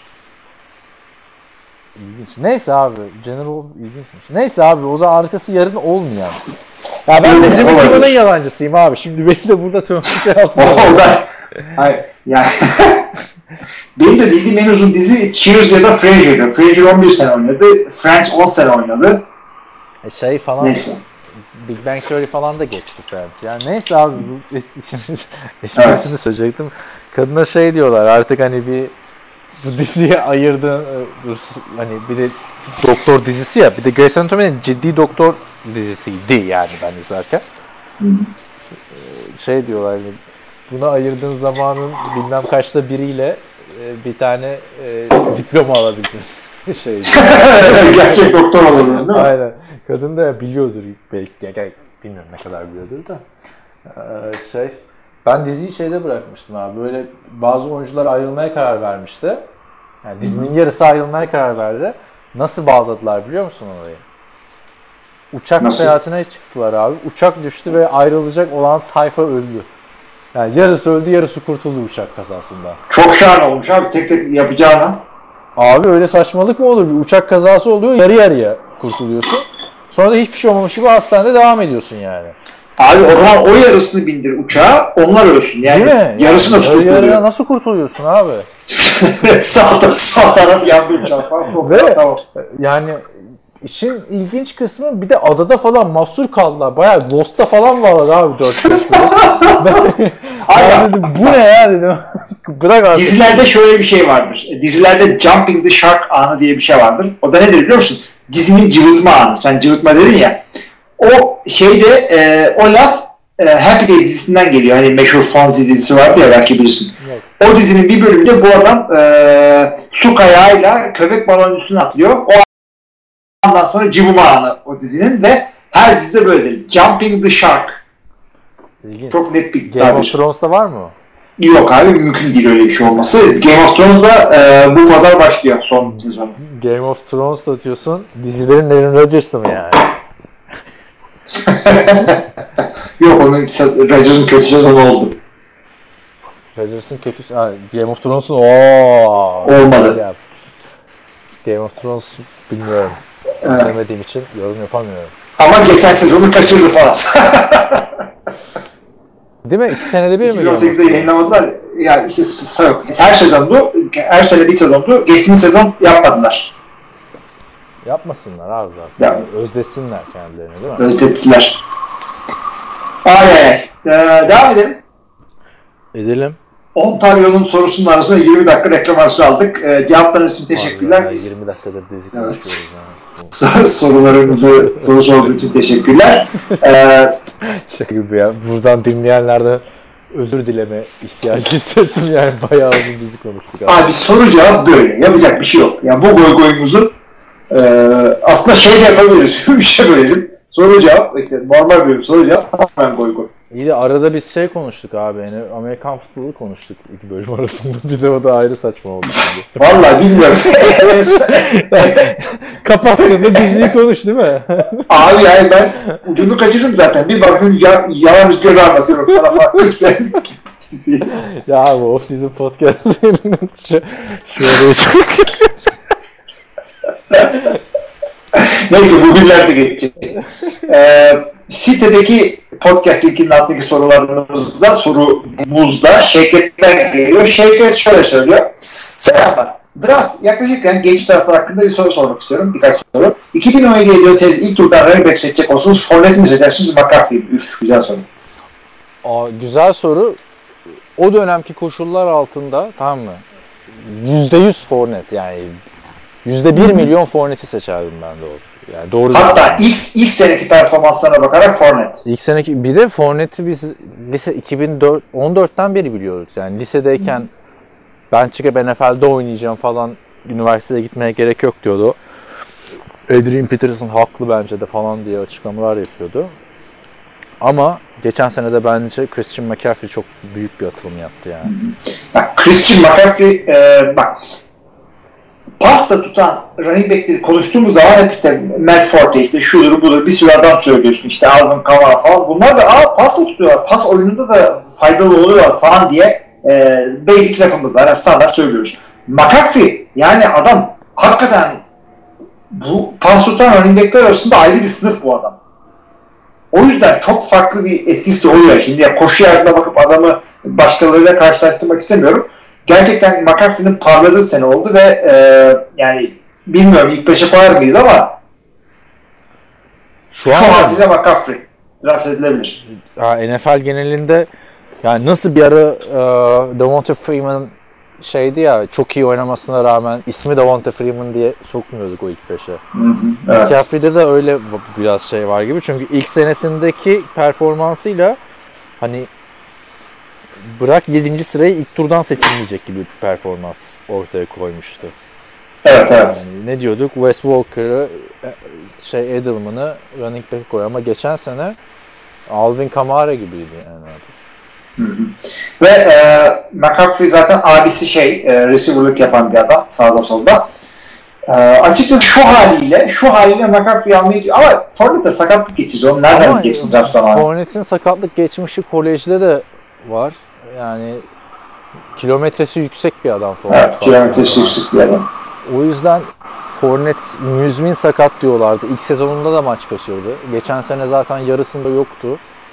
İlginç. Neyse abi. General ilginçmiş. Neyse abi, o zaman arkası yarın olmayan. Ya ben de Jimmy Kimmel'ın yalancısıyım abi. Şimdi beni de burada tümü altında. O da. Hayır. Yani benim de bildiğim en uzun dizi Cheers ya da Frasier'dı. Frasier 11 sene oynadı. Friends 10 sene oynadı. Falan. Neyse. Big Bang Theory falan da geçti Friends. Yani neyse abi, bu esprisini söyleyecektim. Kadına diyorlar artık hani bu diziye ayırdığın hani bir de doktor dizisi ya, bir de Grey's Anatomy'nin ciddi doktor dizisiydi yani ben izlerken. Diyorlar hani buna ayırdığın zamanın bilmem kaçta biriyle bir tane diploma alabildin. Gerçek doktor olur değil mi? Aynen. Kadın da biliyordur belki. Bilmiyorum ne kadar biliyordur da. Ben diziyi bırakmıştım abi. Böyle bazı oyuncular ayrılmaya karar vermişti. Yani dizinin yarısı ayrılmaya karar verdi. Nasıl bağladılar biliyor musun orayı? Uçak seyahatine çıktılar abi. Uçak düştü ve ayrılacak olan tayfa öldü. Yani yarısı öldü, yarısı kurtuldu uçak kazasında. Çok şahane olmuş abi, tek tek yapacağına. Abi öyle saçmalık mı olur? Bir uçak kazası oluyor, yarı yarıya kurtuluyorsun. Sonra da hiçbir şey olmamış gibi hastanede devam ediyorsun yani. Abi o zaman o yarısını bindir uçağa, onlar ölsün. Yani değil mi? Yarısı nasıl kurtuluyor? Yarıya nasıl kurtuluyorsun abi? sağ taraf yandı uçağı falan. Ve tamam. Yani işin ilginç kısmı bir de adada falan mahsur kaldılar. Bayağı Lost'ta falan varlar abi 4-5 bölüm. Ben dedim bu ne ya dedim. Bırak abi. Dizilerde şöyle bir şey vardır. Dizilerde jumping the shark anı diye bir şey vardır. O da nedir biliyor musun? Dizinin cıvıtma anı. Sen cıvıtma dedin ya. O o laf Happy Day dizisinden geliyor. Hani meşhur Fonzie dizisi vardı ya, belki bilirsin. Evet. O dizinin bir bölümünde bu adam su kayağıyla köpek balonun üstüne atlıyor. O andan sonra cıvıma anı o dizinin ve her dizide böyledir. Jumping the shark. İlginç. Çok net bir tabir. Game of Thrones'ta var mı? Yok abi, mümkün değil öyle bir şey olması. Game of Thrones'da bu pazar başlıyor son sezon. Game of Thrones'ta diyorsun, dizilerin Aaron Rodgers'ı mı yani? Yok, onun Rodgers'ın kötü sezonu oldu. Rodgers'ın kötü... Game of Thrones'un olmadı. Game of Thrones bilmiyorum. Evet. Sevmediğim için yorum yapamıyorum. Ama geçen sezonu kaçırdı falan. Değil mi? 2 senede bir mi? 2018'de yayınlamadılar. Yani işte her sezondu. Her sene bir sezondu. Geçtiğimiz sezon yapmadılar. Yapmasınlar abi zaten. Yani özlesinler kendilerini değil mi? Özlettiler. Devam edelim. Edelim. Ontario'nun sorusunun arasında 20 dakika reklam arası aldık. Cevaplarınız için teşekkürler. 20 dakikadır dizi konuşuyoruz. Soru sorduğu için teşekkürler. Şaka gibi ya. Buradan dinleyenlerden özür dileme ihtiyacı hissettim yani bayağı uzun bizi konuştuk abi. Abi soru cevap böyle. Yapacak bir şey yok. Yani bu goygoyumuzun aslında şey de yapabiliriz. 3'e bölelim. Soru cevap, işte normal bölüm soru cevap, hemen goygoy. İyi de arada biz şey konuştuk abi, yani Amerikan futbolu konuştuk iki bölüm arasında. Bir de o da ayrı saçma oldu şimdi. Vallahi bilmiyorum. Kapattığında diziyi konuş değil mi? Abi yani ben ucunu kaçırdım zaten. Bir baktım yalan rüzgarı anlatıyorum sana farklı diziyi. Ya abi o sizin podcast'ının şöyle çok... Neyse bugünler de geçecek. Sitedeki podcast linkinin altındaki sorumuzda Şevket'ten geliyor. Şevket şöyle söylüyor. Selamlar. Draft yaklaşık genç draftlar hakkında bir soru sormak istiyorum. Birkaç soru. 2017 yılında ilk turdan running back seçecek olsunuz. Fournette mi seçersiniz? McCaffrey. Üf, güzel soru. Güzel soru. O dönemki koşullar altında tamam mı? %100 Fournette yani. %1 milyon Fournette'i seçerdim ben de o. Yani doğru. Hatta ilk seneki performanslarına bakarak Fournette. İlk seneki bir de Fournette'i biz lise 2014'ten beri biliyoruz. Yani lisedeyken ben çıkıp NFL'de oynayacağım falan, üniversiteye gitmeye gerek yok diyordu. Adrian Peterson haklı bence de falan diye açıklamalar yapıyordu. Ama geçen sene de bence Christian McCaffrey çok büyük bir atılım yaptı yani. Bak Christian McCaffrey bak pasta tutan running back'leri konuştuğumuz zaman hep işte Matt Forte, işte şudur budur bir sürü adam söylüyorsun, işte Alvin Kamara falan, bunlar da pasta tutuyorlar, pas oyununda da faydalı oluyorlar falan diye beylik lafımız var, standart söylüyoruz. McCaffrey yani adam hakikaten bu pas tutan running back'ler arasında ayrı bir sınıf bu adam. O yüzden çok farklı bir etkisi oluyor. Şimdi ya koşu yardımına bakıp adamı başkalarıyla karşılaştırmak istemiyorum. Gerçekten McCaffrey'nin parladığı sene oldu ve yani bilmiyorum ilk 5'e koyar mıyız ama şu haliyle McCaffrey draft edilebilir. NFL genelinde yani nasıl bir ara Devonta Freeman şeydi ya, çok iyi oynamasına rağmen ismi Devonta Freeman diye sokmuyorduk o ilk 5'e. Evet. McCaffrey'de de öyle biraz şey var gibi. Çünkü ilk senesindeki performansıyla hani bırak 7. sırayı ilk turdan seçilmeyecek gibi bir performans ortaya koymuştu. Evet. Yani ne diyorduk? Wes Walker'ı, Edelman'ı running back koy ama geçen sene Alvin Kamara gibiydi yani. Ve McCaffrey zaten abisi receiver'lık yapan bir adam sağda solda. Açıkçası şu haliyle McCaffrey almayı, ama Fournette sakatlık geçirdi. Onu nereden geçti draft zamanı? Fournette'in sakatlık geçmişi kolejde de var. Yani kilometresi yüksek bir adam Fournette. Evet, kilometresi yüksek bir adam. O yüzden Fournette müzmin sakat diyorlardı. İlk sezonunda da maç kaçırdı. Geçen sene zaten yarısında yoktu.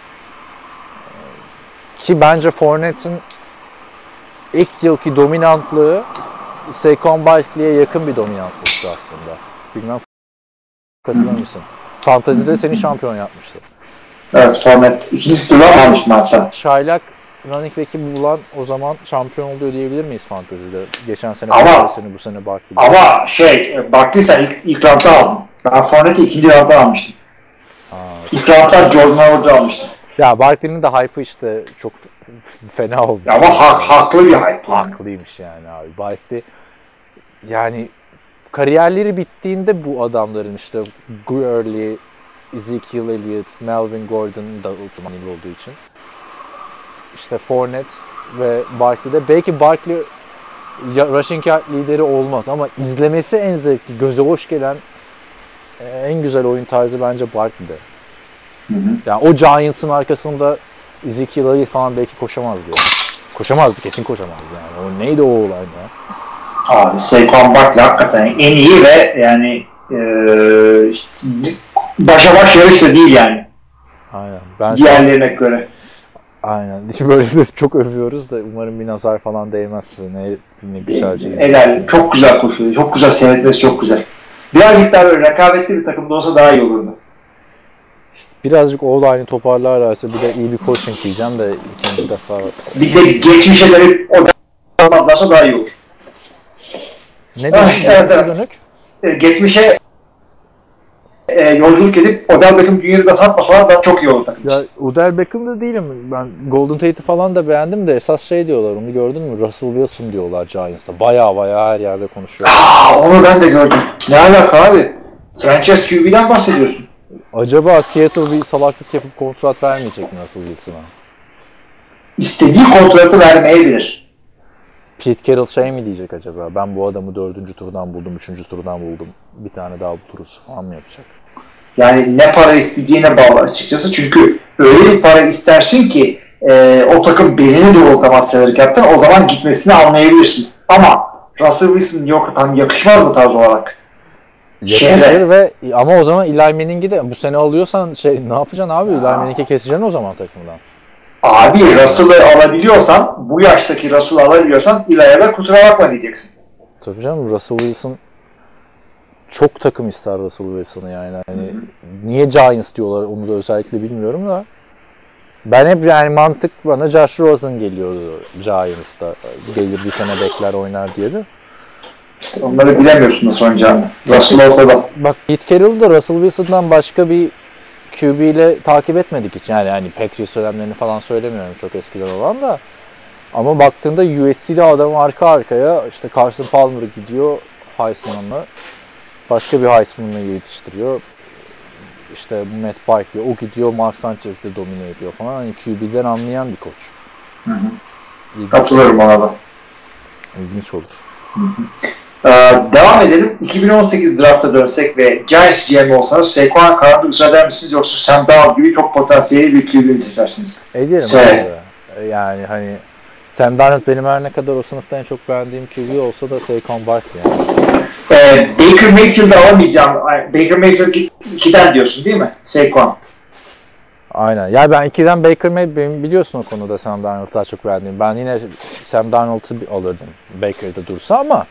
Ki bence Fournette'in ilk yılki dominantlığı Saquon Barkley'e yakın bir dominantlıktı aslında. Bilmem katılır mısın? Fantezide seni şampiyon yapmıştı. Evet, Fournette ikinci turda almıştı hatta. Çaylak running back'i bulan o zaman şampiyon oluyor diyebilir miyiz fantezide? Geçen sene bu sene Barkley. Ama Barkley sen ilk roundda aldın. Ben Fournette'i ikinci roundda almıştım. İlk roundda Jordan Howard'ı almıştım. Ya Barkley'nin de hype'ı işte çok fena oldu. Ama haklı bir hype. Haklıymış yani abi. Barkley yani kariyerleri bittiğinde bu adamların işte Gurley, Ezekiel Elliott, Melvin Gordon da ultimatif olduğu için işte Fournette ve Barkley'de belki Barkley rushing yard lideri olmaz ama izlemesi en zevkli, göze hoş gelen en güzel oyun tarzı bence Barkley'de. Yani o Giants'ın arkasında Ezekiel Elliott falan belki koşamazdı. Koşamazdı, kesin koşamazdı yani. O neydi o olay ya? Abi Saquon Barkley hakikaten en iyi ve yani başa baş yarış da değil yani. Aynen. Diğerlerine göre. Aynen. Böyle de çok övüyoruz da umarım bir nazar falan değmez. Ne güzelce. Helal. Çok güzel koşuyor. Çok güzel seyretmesi, çok güzel. Birazcık daha böyle rekabetli bir takımda olsa daha iyi olurdu. İşte birazcık O-line'i toparlarlarsa bir de iyi bir coaching diyeceğim de ikinci defa. Bir de geçmişe dönüp olmazlarsa daha iyi olur. Ne diyorsun? Evet. Geçmişe yolculuk edip Odell Beckham Jr.'ı da satmasalar da çok iyi olur takım Ya için. Odell Beckham'da değilim. Ben Golden Tate'i falan da beğendim de esas şey diyorlar. Onu gördün mü? Russell Wilson diyorlar Giants'ta. Baya her yerde konuşuyor. Onu ben de gördüm. Ne alaka abi? Franchise QB'den bahsediyorsun. Acaba Seattle bir salaklık yapıp kontrat vermeyecek mi Russell Wilson'a? İstediği kontratı vermeyebilir. Pete Carroll şey mi diyecek acaba? Ben bu adamı 4. turdan buldum, 3. turdan buldum. Bir tane daha buluruz falan mı yapacak? Yani ne para isteyeceğine bağlı açıkçası. Çünkü öyle bir para istersin ki o takım belini doğrultamaz salary cap'ten, o zaman gitmesini anlayabilirsin. Ama Russell Wilson yok, tam yakışmaz mı tarz olarak? Yakışır ve ama o zaman Eli Manning'i de bu sene alıyorsan ne yapacaksın abi? Eli Manning'i keseceksin o zaman takımdan. Abi Russell'ı alabiliyorsan, bu yaştaki Russell'ı alabiliyorsan Eli'ye de kusura bakma diyeceksin. Tabii canım, Russell Wilson çok takım ister Russell Wilson'ı yani. Hani niye Giants diyorlar onu da özellikle bilmiyorum da. Ben hep yani mantık bana Josh Rosen geliyordu Giants'ta. Gelir bir sene bekler oynar diye de. Onları bilemiyorsun nasıl oynayacağını. Russell ortada. Bak Pete Carroll'ı da Russell Wilson'dan başka bir QB ile takip etmedik hiç. Yani hani Patriots dönemlerini falan söylemiyorum çok eskiden olan da. Ama baktığında USC'li adam arka arkaya işte Carson Palmer gidiyor Heisman'la. Başka bir Heisman'la yetiştiriyor. İşte Matt Barkley o gidiyor, Mark Sanchez de domine ediyor falan. Hani QB'den anlayan bir koç. Katılıyorum ona da. İlginç olur. Devam edelim. 2018 draft'a dönsek ve Giants GM olsanız Saquon kararında ısrar eder misiniz, yoksa Sam Darnold gibi çok potansiyeli bir QB'yi seçersiniz? Ederim abi. Yani hani Sam Darnold benim her ne kadar o sınıfta en çok beğendiğim QB olsa da Saquon Barkley yani. Baker Mayfield'ı alamayacağım. Baker Mayfield 2'den diyorsun değil mi? Saquon. Aynen. Ya ben 2'den Baker Mayfield biliyorsun o konuda Sam Darnold'u daha çok beğendiğim. Ben yine Sam Darnold'u alırdım Baker'da dursa ama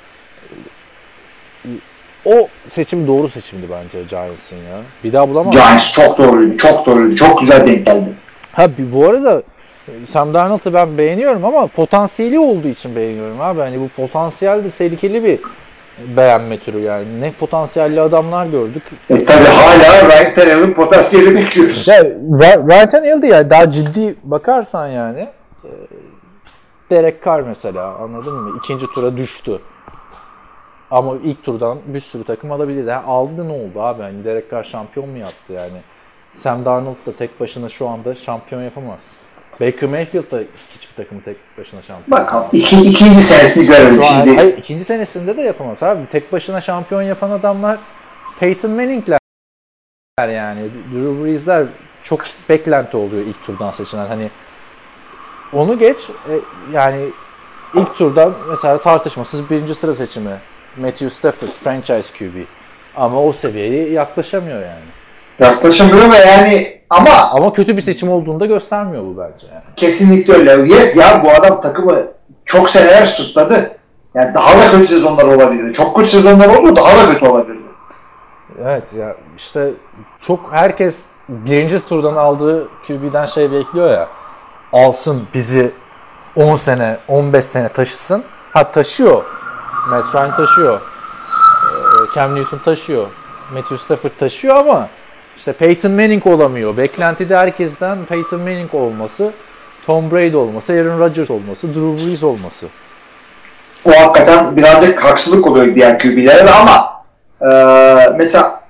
o seçim doğru seçimdi bence Giants'ın ya. Bir daha bulamam. Giants çok doğruydu. Çok doğruydu. Çok güzel denk geldi. Ha bu arada Sam Darnold'u ben beğeniyorum ama potansiyeli olduğu için beğeniyorum abi. Hani bu potansiyel de tehlikeli bir beğenme türü yani. Ne potansiyelli adamlar gördük. Tabii hala Ryan Tannehill'in potansiyeli bekliyoruz. Ya Ryan Tannehill'di ya, daha ciddi bakarsan yani. Derek Carr mesela, anladın mı? 2. tura düştü. Ama ilk turdan bir sürü takım alabilirdi. Yani aldı, ne oldu abi? Yani Derek Carr şampiyon mu yaptı yani? Sam Darnold da tek başına şu anda şampiyon yapamaz. Baker Mayfield da hiçbir takımı tek başına şampiyon. Bakalım. İkinci senesini görelim şimdi. Hayır, ikinci senesinde de yapamaz abi. Tek başına şampiyon yapan adamlar Peyton Manning'ler yani. Drew Brees'ler çok beklenti oluyor ilk turdan seçilen. Hani onu geç yani ilk turdan mesela tartışmasız 1. sıra seçimi Matthew Stafford franchise QB. Ama o seviyeye yaklaşamıyor yani. Yaklaşamıyor ve yani ama kötü bir seçim olduğunu da göstermiyor bu bence yani. Kesinlikle öyle. Ya bu adam takımı çok seneler sırtladı. Yani daha da kötü sezonlar olabilirdi. Çok kötü sezonlar oldu, daha da kötü olabilirdi. Evet ya işte çok herkes 1. turdan aldığı QB'den şey bekliyor ya. Alsın bizi 10 sene, 15 sene taşısın. Ha taşıyor. Matt Ryan taşıyor. Cam Newton taşıyor. Matthew Stafford taşıyor ama işte Peyton Manning olamıyor. Beklentide herkesten Peyton Manning olması, Tom Brady olması, Aaron Rodgers olması, Drew Brees olması. O hakikaten birazcık haksızlık oluyor diğer QB'lere de ama mesela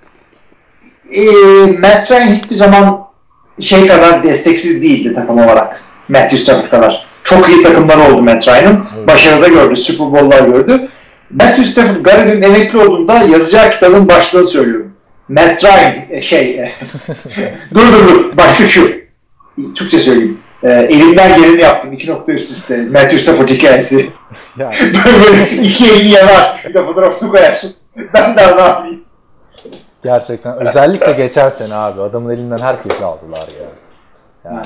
Matt Ryan hiçbir zaman kadar desteksiz değildi takım olarak. Matthew Stafford kadar. Çok iyi takımlar oldu Matt Ryan'ın. Başarıda gördü, Super Bowl'lar gördü. Matthew Stafford garibim emekli olduğunda yazacağı kitabın başlığını söylüyorum. Matt Ryan dur başlık şu. Türkçe söyleyeyim. Elimden geleni yaptım. 2 nokta üst üste. Matthew Stafford hikayesi. Yani. Böyle 2 elini yanar. Bir de fotoğrafını koyarsın. Ben daha ne yapayım? Gerçekten. Özellikle geçen sene abi. Adamın elinden herkesi aldılar ya. Yani.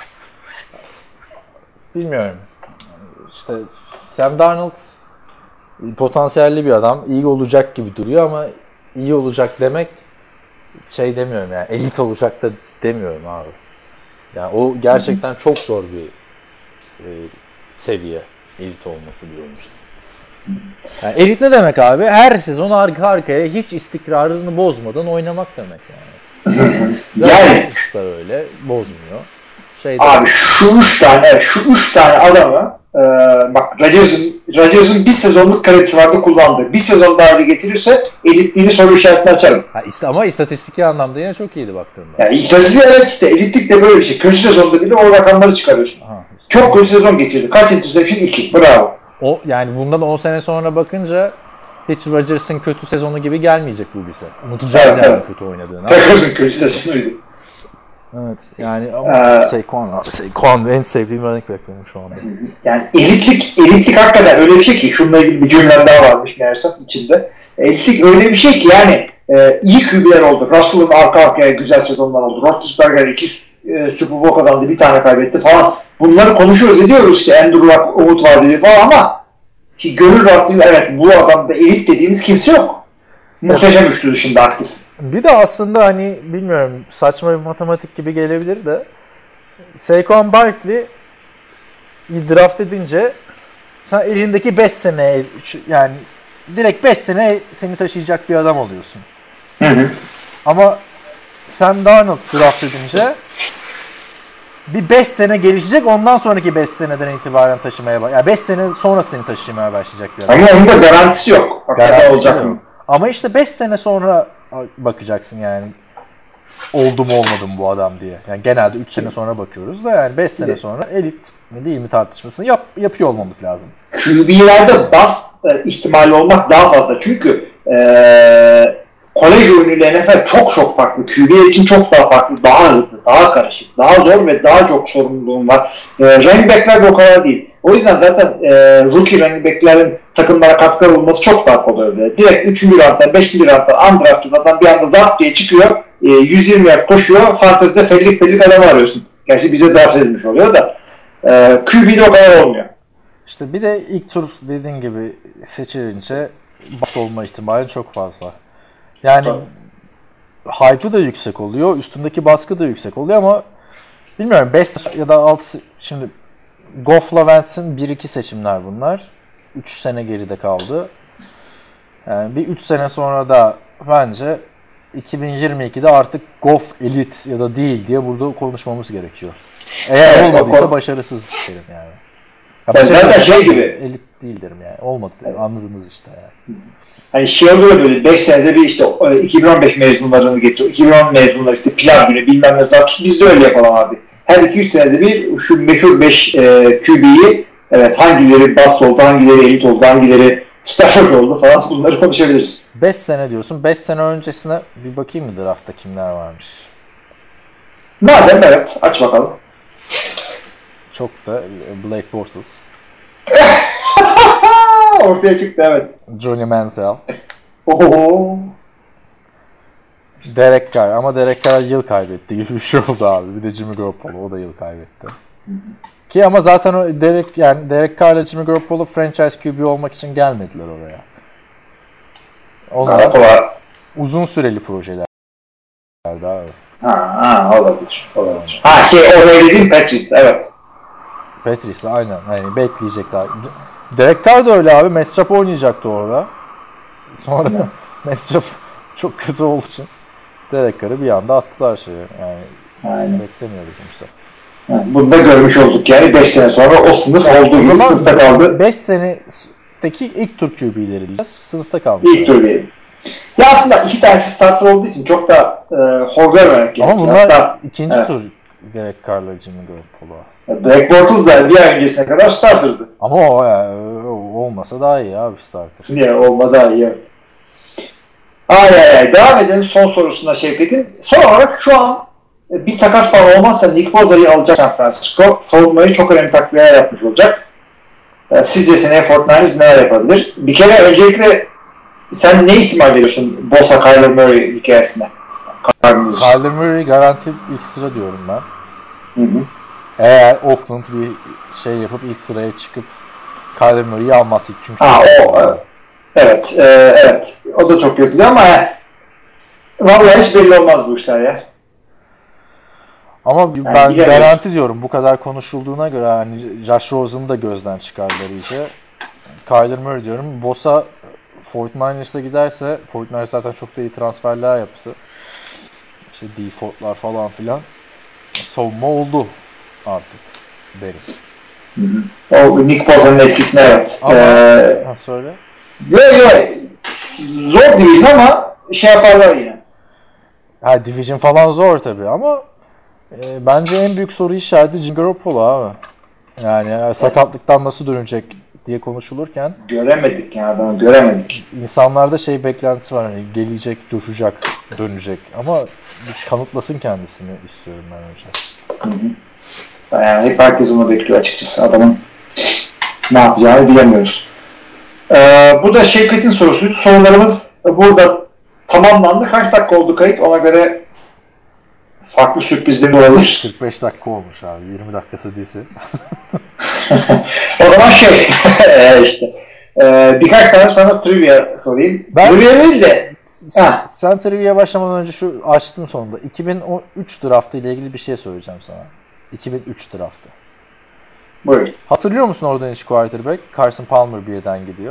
Bilmiyorum. İşte Sam Darnold potansiyelli bir adam. İyi olacak gibi duruyor ama iyi olacak demek demiyorum yani. Elit olacak da demiyorum abi. Yani o gerçekten çok zor bir seviye elit olması bir oyuncu. Yani elit ne demek abi? Her sezon arka arkaya hiç istikrarını bozmadan oynamak demek yani. Yani da öyle bozmuyor. Abi şu üç tane adamı bak Rodgers'ın bir sezonluk kredisi vardı kullandı. Bir sezon daha getirirse elitliğini soru işaretine açarım. Ama istatistiki anlamda yine çok iyiydi baktığında. Yani istatistik evet işte elitlik de böyle bir şey. Kötü sezonda bile o rakamları çıkarıyorsun. Çok kötü sezon geçirdi. Kaç interception? 2. Bravo. Yani bundan 10 sene sonra bakınca hiç Rodgers'ın kötü sezonu gibi gelmeyecek bu bize. Unutacağız evet. Kötü oynadığını. Rodgers'ın kötü sezonuydu. Evet yani ama Saquon en sevdiğim running back benim şu anda. Yani elitlik hakikaten öyle bir şey ki şununla ilgili bir cümlem daha varmış meğersem içinde. Elitlik öyle bir şey ki yani iyi QB'ler oldu. Russell'ın arka arkaya güzel sezonlar oldu. Roethlisberger 2 Super Bowl kazandı, bir tane kaybetti falan. Bunları konuşuyoruz ediyoruz ki Andrew Luck umut vaat ediyor falan ama ki gönül rahatlığıyla evet bu adamda elit dediğimiz kimse yok. Muhteşem üçlü dışında aktif. Bir de aslında hani bilmiyorum saçma bir matematik gibi gelebilir de Saquon Barkley'i draft edince sen elindeki 5 sene yani direkt 5 sene seni taşıyacak bir adam oluyorsun. Hı. Ama Sam Darnold draft edince bir 5 sene gelişecek ondan sonraki 5 seneden itibaren taşımaya yani 5 sene sonra seni taşımaya başlayacak bir adam. Ama onun da garantisi yok. Garantisi olacak mı? Ama işte 5 sene sonra bakacaksın yani oldu mu olmadı mı bu adam diye. Yani genelde 3 sene sonra bakıyoruz da yani 5 sene sonra elit mi değil mi tartışmasını yapıyor olmamız lazım. QB'lerde bust ihtimali olmak daha fazla. Çünkü kolej oyunuyla NFL çok farklı. QB için çok daha farklı. Daha hızlı, daha karışık, daha zor ve daha çok sorumluluğum var. Running back'ler de o kadar değil. O yüzden zaten rookie running back'lerin takımlara katkı olması çok daha kolay oluyor. Direkt 3. round'dan, 5. round'dan undrafted adam bir anda zart diye çıkıyor. 120 yard koşuyor. Fantezide fellik adamı arıyorsun. Gerçi bize ders edilmiş oluyor da QB'de o kadar olmuyor. İşte bir de ilk tur dediğin gibi seçilince bas olma ihtimali çok fazla. Yani hype'ı da yüksek oluyor, üstündeki baskı da yüksek oluyor ama bilmiyorum 5 ya da 6 şimdi Goff'la Wentz'in 1-2 seçimler bunlar. 3 sene geride kaldı. Yani bir 3 sene sonra da bence 2022'de artık Goff elit ya da değil diye burada konuşmamız gerekiyor. Eğer olmadıysa başarısız derim yani. Ya zaten şey gibi. Elit değil derim yani. Olmadı. Anladınız işte yani. Hani şey oluyor böyle 5 senede bir işte 2015 mezunlarını getiriyor. 2010 mezunları işte pilav günü bilmem ne zaten. Biz de öyle yapalım abi. Her 2-3 senede bir şu meşhur 5 QB'yi evet hangileri bast oldu, hangileri elit oldu, hangileri Stafford oldu falan bunları konuşabiliriz. 5 sene diyorsun. 5 sene öncesine bir bakayım mı draftta kimler varmış? Madem evet aç bakalım. Çok da Blake Bortles. Ortaya çıktı evet. Johnny Manziel. Oho. Derek Carr ama Derek Carr yıl kaybetti gibi bir şey oldu abi. Bir de Jimmy Garoppolo o da yıl kaybetti. Ki ama zaten o Derek Carr ile Jimmy Garoppolo franchise QB olmak için gelmediler oraya. Onlar uzun süreli projeler abi. Olabilir. Oraya dediğim Patriots evet. Patriots aynen. Yani bekleyecek daha. Derek Carr da öyle abi. Matchup oynayacaktı orada. Sonra matchup çok kötü olduğu için Derek Carr'ı bir anda attılar şeye. Yani beklemiyordu kimse. Bunu da görmüş olduk yani 5 sene sonra o sınıf olduğu gibi sınıfta kaldı. 5 senedeki ilk tur QB'leri diyeceğiz. Sınıfta kaldı. İlk tur değil. Ya aslında 2 tanesi starter olduğu için çok da horlayarak gerekiyor. Ama bunlar ikinci tur Derek Carr'la Jimmy Garoppolo. Blake Bortles da bir ay öncesine kadar starter'dı. Ama o olmasa daha iyi abi starter. Niye? Olma daha iyi evet. Ay. Devam edelim son sorusuna Şevket'in. Son olarak şu an bir takas falan olmazsa Nick Boza'yı alacak San Francisco. Savunmayı çok önemli takviyeler yapmış olacak. Sizce seneye Fortnite neler yapabilir? Bir kere öncelikle sen ne ihtimal veriyorsun Bosa Kyler Murray hikayesine? Kyler Murray garanti ilk sıra diyorum ben. Hı. Eğer Oakland bir şey yapıp ilk sıraya çıkıp Kyler Murray'i almaz ilk çünkü. Evet. O da çok kötü ama vallahi hiç belli olmaz bu işler ya. Ama yani ben garanti diyorum bu kadar konuşulduğuna göre hani Josh Rosen'ı da gözden çıkardılar iyice. Kyler Murray diyorum. Bosa 49ers'a giderse, 49ers zaten çok da iyi transferler yaptı. İşte D Ford'lar falan filan. Savunma oldu artık benim. O Nick Bosa'nın etkisine evet. Ama söyle. Yok. Zor division ama şey yaparlar yine. Ha, division falan zor tabii ama bence en büyük soru işareti Jimmy Garoppolo abi. Yani sakatlıktan nasıl dönecek diye konuşulurken Göremedik ya adamı, göremedik. insanlarda şey beklentisi var, hani gelecek, coşacak, dönecek ama bir kanıtlasın kendisini istiyorum ben önce. Yani hep herkes onu bekliyor açıkçası. Adamın ne yapacağını bilemiyoruz. Bu da Şevket'in sorusuydu. Sorularımız burada tamamlandı. Kaç dakika oldu kayıt? Ona göre farklı sürprizler olabilir. 45 dakika olmuş abi. 20 dakikası değilse. O zaman işte birkaç tane sana trivia sorayım. Trivia değil de sen trivia'ya başlamadan önce şu açtım sonunda. 2013 draftı ile ilgili bir şey söyleyeceğim sana. 2003 draftı. Buyurun. Hatırlıyor musun oradan hiç quarterback? Carson Palmer birden gidiyor.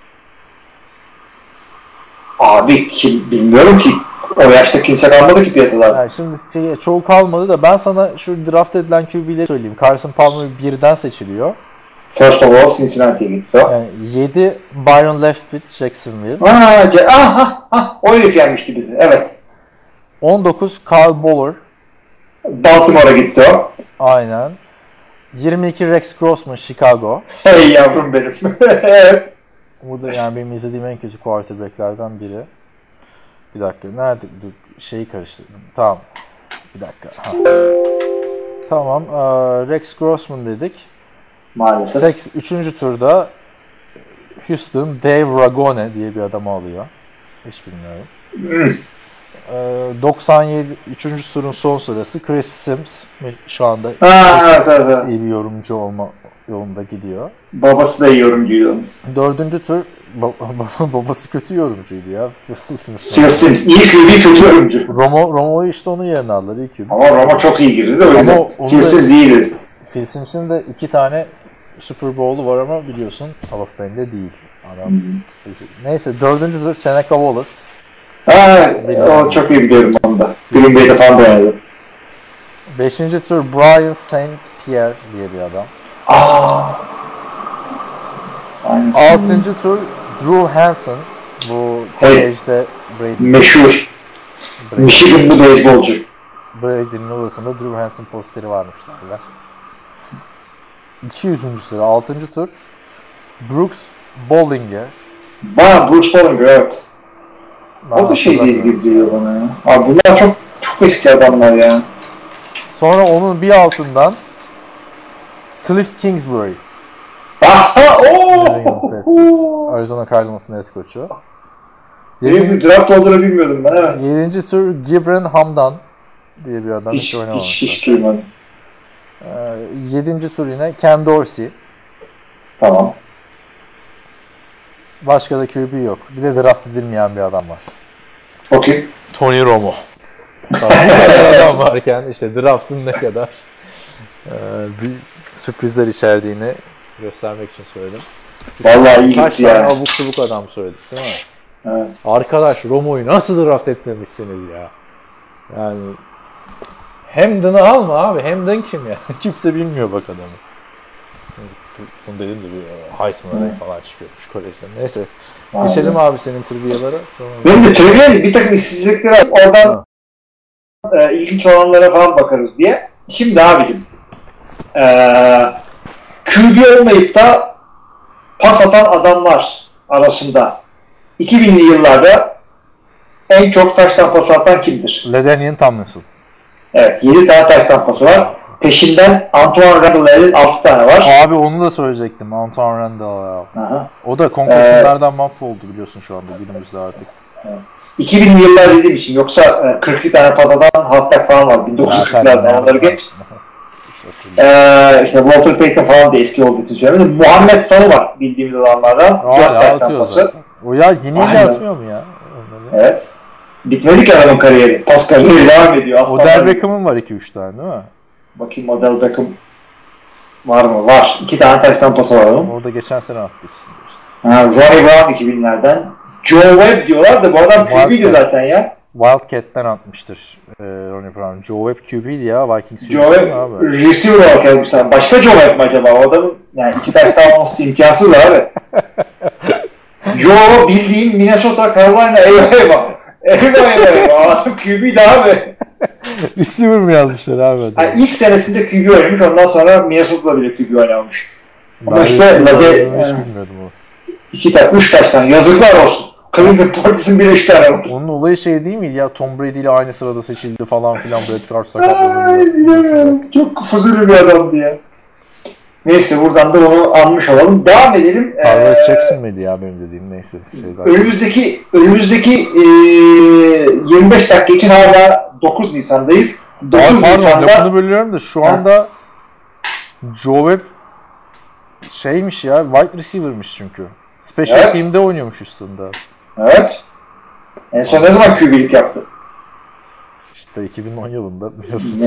Abi bilmiyorum ki. O yaşta kimse kalmadı ki piyasalarda. Yani şimdi çoğu kalmadı da ben sana şu draft edilen QB'leri söyleyeyim. Carson Palmer birden seçiliyor. First of all Cincinnati'ye gitti o. Yani 7 Byron Leftwich, Jacksonville. O herif yenmişti bizi. Evet. 19 Kyle Boller. Baltimore'a gitti o. Aynen. 22 Rex Grossman, Chicago. Hey yavrum benim. Evet. Bu da yani benim izlediğim en kötü quarterback'lerden biri. Bir dakika. Nerede? Dur, şeyi karıştırdım. Tamam. Bir dakika. Tamam. Rex Grossman dedik. Maalesef. 3. turda Houston Dave Ragone diye bir adamı alıyor. Hiç bilmiyorum. 97. 3. turun son sırası Chris Sims. Şu anda iyi bir yorumcu olma yolunda gidiyor. Babası da iyi yorumcuydu. 4. tur babası kötü yorumcuydu ya. Phil Sims. İyi QB, kötü yorumcu. Romo'yu işte onun yerine aldılar. İyi QB. Ama Romo çok iyi girdi de o yüzden Phil Sims iyiydi. Phil Sims'in de 2 tane Super Bowl'u var ama biliyorsun Hall of Fame'de değil. Adam. Neyse 4. tur Seneca Wallace. O çok iyi biliyorum onu da. Green Bay'de falan da oynadı. 5. tur Brian St. Pierre diye bir adam. 6. tur Drew Hansen. Bu kolejde meşhur Michigan'lı beyzbolcu. Brady'nin odasında Drew Hansen posteri varmış derler. 200. sıra 6. tur Brooks Bollinger. Brooks Bollinger evet. O da şey değil gibi geliyor bana ya. Abi bunlar çok eski adamlar ya. Sonra onun bir altından Cliff Kingsbury. Arizona Cardinals'ın head coach'u. Benim draft olduğunu bilmiyordum ben. Evet. 7. tur Gibran Hamdan diye bir adam hiç oynamamış. Hiç duymadım. 7. tur yine Ken Dorsey. Tamam. Başka da QB yok. Bir de draft edilmeyen bir adam var. Okey. Tony Romo. Adam varken işte draft'ın ne kadar sürprizler içerdiğini göstermek için söyledim. Vallahi iyi gitti ya. Kaç tane abuk subuk adam söyledik değil mi? Evet. Arkadaş Romo'yu nasıl draft etmemişsiniz ya? Yani Hamden'ı alma abi. Hamden kim ya? Kimse bilmiyor bak adamı. Bunu dediğim gibi Heisman falan çıkıyormuş kolejden. Neyse. Geçelim abi senin trivialara. Benim de trivia bir takım istatistikleri var. Oradan ilginç olanlara falan bakarız diye. Şimdi abicim QB olmayıp da pas atan adamlar arasında 2000'li yıllarda en çok taştan pas atan kimdir? LaDainian Tomlinson. Evet, 7 tane taştan pası var. Peşinden Antoine Randall'ın 6 tane var. Abi onu da söyleyecektim. Antoine Randall ya. Aha. O da konkursunlardan mahvoldu biliyorsun şu anda günümüzde artık. 2000'li yıllar dediğim için yoksa 42 tane pas atan halfback falan var. 1940'lardan onları geç. İşte Walter Payton falan da eski olduğu için söylemedim. Muhammed Sanu var bildiğimiz adamlardan. 4 taştan pası. O ya yeni atmıyor mu ya? Evet. Bitmedi ki adamın kariyeri. Pas kariyeri devam ediyor. Odell Beckham'ın var 2-3 tane değil mi? Bakayım Odell Beckham var mı? Var. 2 tane taştan pası var onun. Orada geçen sene attık. Ronnie Brown 2000'lerden. Joe Webb diyorlar da bu adam QB'ydi zaten ya. Wildcat'ten atmıştır Ronnie Brown. Joe Webb QB'ydi ya. Vikings Joe Webb receiver olarak yazmışlar. Başka Joe Webb mi acaba? O adamın yani 2 taştan olması imkansız abi. Joe bildiğin Minnesota, Carolina eyvah. Adam QB'ydi abi. Receiver mi yazmışlar abi? Yani ilk senesinde QB oynamış, ondan sonra Minnesota'da bile QB oynamış. Ama işte Lade 3 taştan yazıklar olsun. Cleveland Portis'in bile 3 tane var. Onun olayı şey değil miydi ya? Tom Brady ile aynı sırada seçildi falan filan. Brett Favre sakatladı. Çok fuzurlu bir adamdı ya. Neyse buradan da onu anmış olalım. Devam edelim. Carlos Jackson mıydı ya benim dediğim? Neyse. Önümüzdeki 25 dakika için hala 9 Nisan'dayız. 9 Nisan'da... Lafını bölüyorum da şu anda Joe Webb şeymiş ya, wide receiver'mış çünkü. Special team'de oynuyormuş üstünde. Evet. En son ne zaman QB'lik yaptı? İşte 2010 yılında biliyorsun.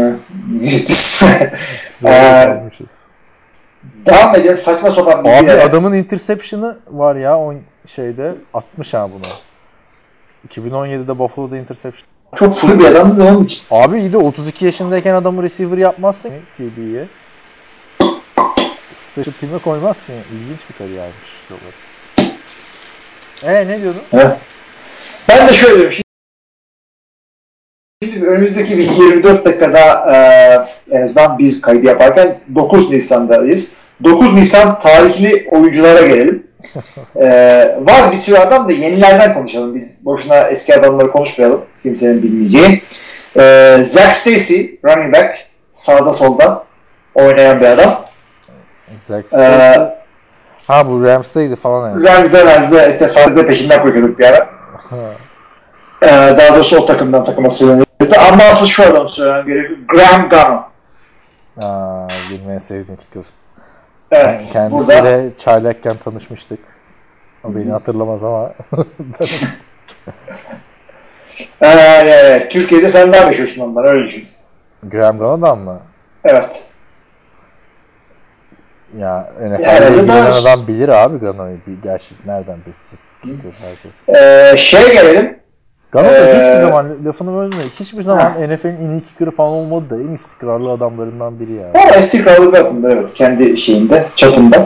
Devam edelim. Saçma sapan bir abi adamın interception'ı var ya o şeyde 60 ha buna. 2017'de Buffalo'da interception. Çok full bir adamdı da onun için. Abi iyi de 32 yaşındayken adamı receiver yapmazsın QB'ye. Special team'e koymazsın ya. İlginç bir kariyermiş. Ne diyordun? Evet. Ben de şöyle diyorum. Şimdi önümüzdeki bir 24 dakikada en azından biz kaydı yaparken 9 Nisan'dayız. 9 Nisan tarihli oyunculara gelelim. Var bir sürü adam da yenilerden konuşalım. Biz boşuna eski adamları konuşmayalım. Kimsenin bilmeyeceği. Zach Stacy, running back. Sağda solda oynayan bir adam. Zach Stacy. Bu Rams'teydi falan. Yani. Rams'de işte fazla peşinden koyuyorduk bir ara. Daha doğrusu o takıma söyleniyordu. Ama asıl şu adam söylemem gerekiyor. Graham Gano. Benim en sevdiğim kicker. Evet. Kendisiyle burada... çaylakken tanışmıştık. O beni hatırlamaz ama. Türkiye'de sen daha meşhursun ondan, öyle düşün. Graham Gano'dan mı? Evet. Ya NFL'de ilgilenen adam bilir abi Gano'yu. Gerçi nereden bilsin? Gelelim. Gano da hiçbir zaman, lafını bölme, hiçbir zaman NFL'in en iyi kicker'ı falan olmadı da en istikrarlı adamlarından biri yani. Ama istikrarlı bir adamdı, evet. Kendi şeyinde, çapında.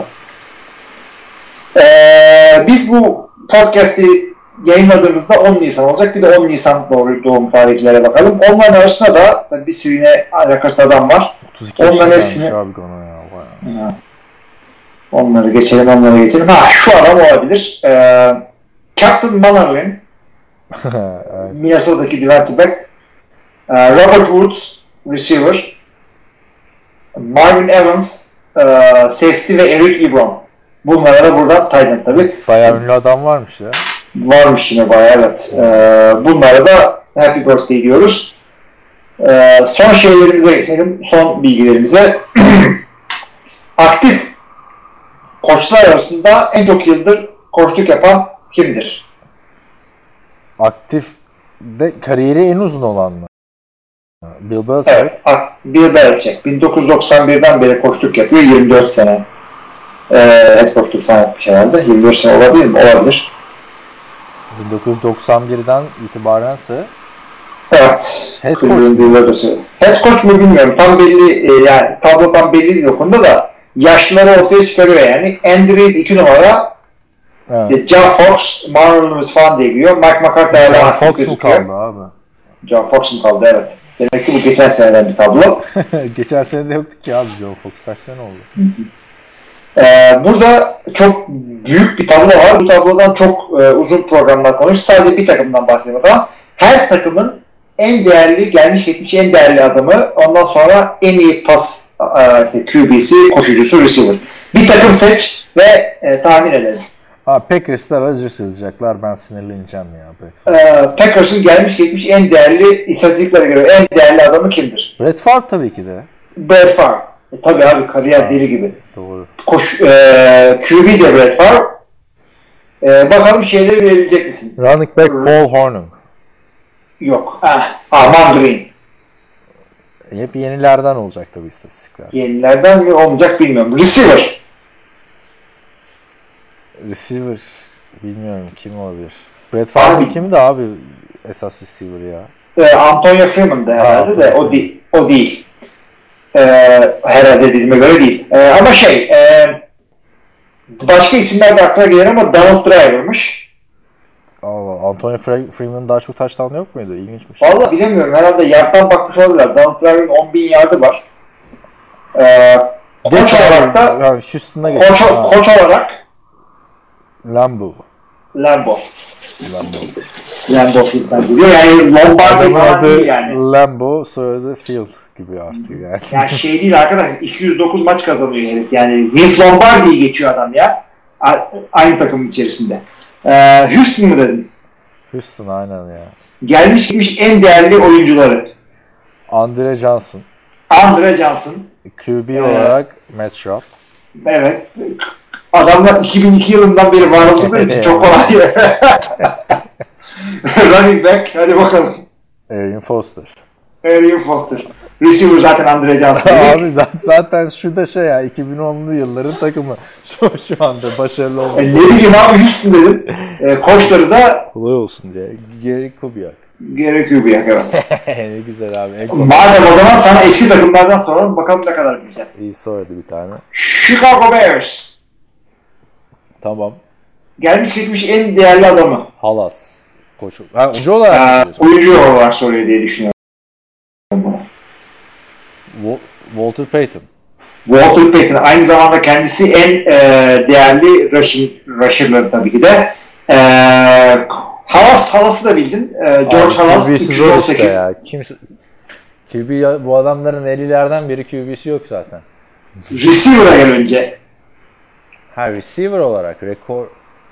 Biz bu podcast'i yayınladığımızda 10 Nisan olacak. Bir de 10 Nisan doğum tarihlere bakalım. Onların arasında da tabii bir sürü yine alakası adam var. 32 onların hepsini... abi Gano ya. Onları geçelim. Şu adam olabilir. Captain Mannerlin. Minnesota'daki defensive back. Robert Woods receiver. Marvin Evans safety ve Eric Ebron. Bunlara da buradan tight end tabii. Bayağı ünlü adam varmış ya. Varmış yine bayağı, evet. Bunlara da happy birthday diyoruz. Son şeylerimize geçelim. Son bilgilerimize. Aktif koçlar arasında en çok yıldır koçluk yapan kimdir? Aktif de kariyeri en uzun olan mı? Bill Belichick. Evet, Bill Belichick. 1991'den beri koçluk yapıyor. 24 sene. Head coachluk falan yapmış herhalde. 24 sene olabilir mi? Olabilir. 1991'den itibarense evet. Head coach. Head coach mu bilmiyorum. Tam belli, yani tablo tam belli değil o konuda da yaşlıları ortaya çıkarıyor yani. Andy Reid 2 numara. Evet. John Fox, Marlon Lewis falan diye giriyor. Mike McCarthy hala aktif gözüküyor. John Fox mu kaldı abi? John Fox mu kaldı, evet. Demek ki bu geçen seneden bir tablo. Geçen sene de yoktu ki abi John Fox. Kaç sene oldu? Burada çok büyük bir tablo var. Bu tablodan çok uzun programlar konuşuyoruz. Sadece bir takımdan bahsediyoruz ama her takımın en değerli, gelmiş geçmiş en değerli adamı, ondan sonra en iyi pas QB'si, koşucusu, receiver. Bir takım seç ve tahmin edelim. Packers'lar Rodgers yazacaklar. Ben sinirleneceğim ya. Packers'ın gelmiş geçmiş en değerli, istatistiklere göre en değerli adamı kimdir? Brett Favre tabii ki de. Brett Favre. Tabii abi, kariyer deli gibi. Doğru. QB de Brett Favre. Bakalım şeyleri verebilecek misin? Running back Paul Hornung. Yok. Armand Green. Hep yenilerden olacak tabii istatistikler. Yenilerden mi olacak bilmiyorum. Receiver receiver bilmiyorum kim olabilir. Brett Favre kimdi abi esas receiver ya? Antonio Freeman da herhalde de o değil. Herhalde dediğime göre değil. Ama başka isimler de aklına gelir ama Donald Driver'mış. Allah, Antonio Freeman'ın daha çok touchdown'u yok muydu? İlginçmiş. Vallahi bilemiyorum. Herhalde yardtan bakmış olabilirler. Donald Driver'ın 10.000 yardı var. Koç olarak da yani Houston'a geçti. Koç olarak Lambeau Field'den geliyor. Yani Lombardi falan değil yani. Lambeau soyadı Field gibi artık yani. Yani değil arkadaş. 209 maç kazanıyor herif. Yani Vince Lombardi'yi geçiyor adam ya. Aynı takımın içerisinde. Houston mı dedin? Houston aynen ya. Gelmiş gitmiş en değerli oyuncuları. Andre Johnson. QB olarak Matt Schaub. Evet. Adamlar 2002 yılından beri var oldukları için çok kolay. Running back. Hadi bakalım. Arian Foster. Receiver zaten Andre Johnson. Abi zaten şu da ya 2010'lu yılların takımı. Şu anda başarılı oldu. Ne bileyim abi Houston dedin. Koçları da kolay olsun diye. Gary Kubiak evet. Ne güzel abi. Madem o zaman sana eski takımlardan soralım bakalım ne kadar güzel. İyi soradı bir tane. Chicago Bears. Tamam. Gelmiş geçmiş en değerli adamı. Halas. Koçu. Oyuncu olarak oyuncu olarak soruyor diye düşünüyorum. Walter Payton. Aynı zamanda kendisi en değerli rusher'ları tabii ki de. Halas'ı da bildin. George Halas 318. QB bu adamların 50'lerden biri QB'si yok zaten. Receiver'a gel önce. Receiver olarak rekor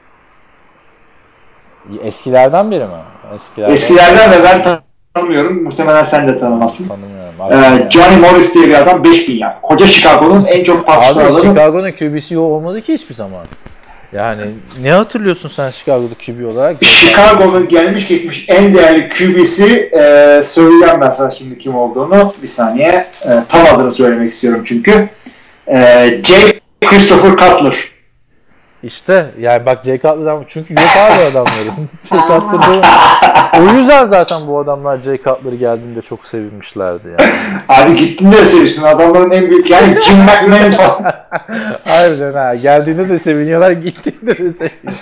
eskilerden biri mi? Eskilerden ve ben tanımıyorum. Muhtemelen sen de tanımazsın. Tanımıyorum. Johnny Morris diye bir adam 5000 yard. Koca Chicago'nun en çok pas tutanları. Abi Chicago'nun QB'si olmadı ki hiçbir zaman. Yani ne hatırlıyorsun sen Chicago'da QB olarak? Chicago'nun gelmiş geçmiş en değerli QB'si söyleyeceğim ben sana şimdi kim olduğunu. Bir saniye. Tam adını söylemek istiyorum çünkü. J. Christopher Cutler. İşte yani bak Jay Cutler'dan çünkü yok abi adamların. Jay Cutler'da o yüzden zaten bu adamlar Jay Cutler geldiğinde çok sevinmişlerdi yani. Abi gittiğinde de seviyorsun. Adamların en büyük yani Jim McMahon falan. Harbiden ha. Geldiğinde de seviniyorlar, gittiğinde de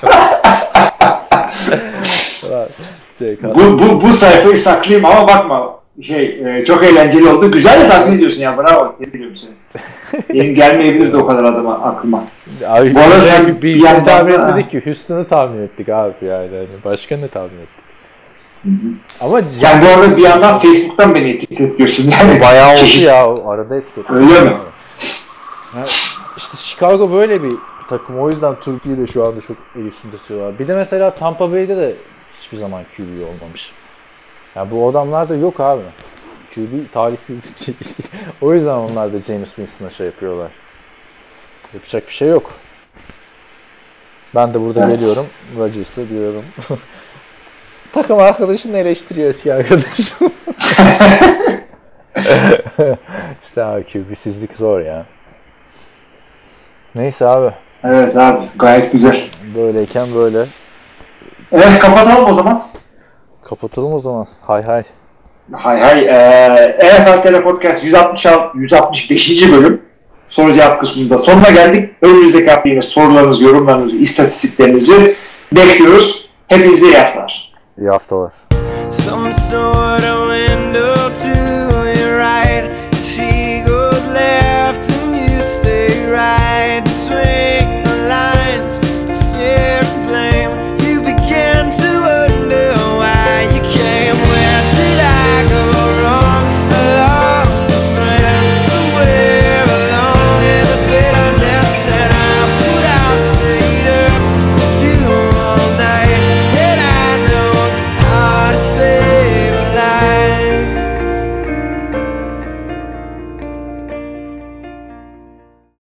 seviniyorlar. bu sayfayı saklayayım ama bakma. Çok eğlenceli oldu. Güzel de tahmin ediyorsun ya. Bravo. Ne biliyorum seni. Benim gelmeyebilirdi o kadar aklıma. Abi, bu arada sen bir yandan tahmin etmedik ki. Houston'ı tahmin ettik abi yani. Başka ne tahmin ettik? Ama sen bu arada bir yandan Facebook'tan beni etiketliyorsun yani. Bayağı oldu ya. Arada etiketliyorsun. Öyle mi? Yani işte Chicago böyle bir takım. O yüzden Türkiye'de şu anda çok el üstünde tutuyorlar. Bir de mesela Tampa Bay'de de hiçbir zaman QB olmamış. Yani bu adamlar da yok abi. QB talihsizlik. O yüzden onlar da James Winston'a yapıyorlar. Yapacak bir şey yok. Ben de burada geliyorum. Rodgers'a diyorum. Takım arkadaşını eleştiriyor eski arkadaşım. İşte abi QB'sizlik zor ya. Neyse abi. Evet abi gayet güzel. Böyleyken böyle. Evet kapatalım o zaman. Kapatalım o zaman. Hay hay. Hay. NFL Tele Podcast 165. bölüm. Soru cevap kısmında sonuna geldik. Önümüzdeki hafta yine sorularınızı, yorumlarınızı, istatistiklerinizi bekliyoruz. Hepinize iyi haftalar. İyi haftalar.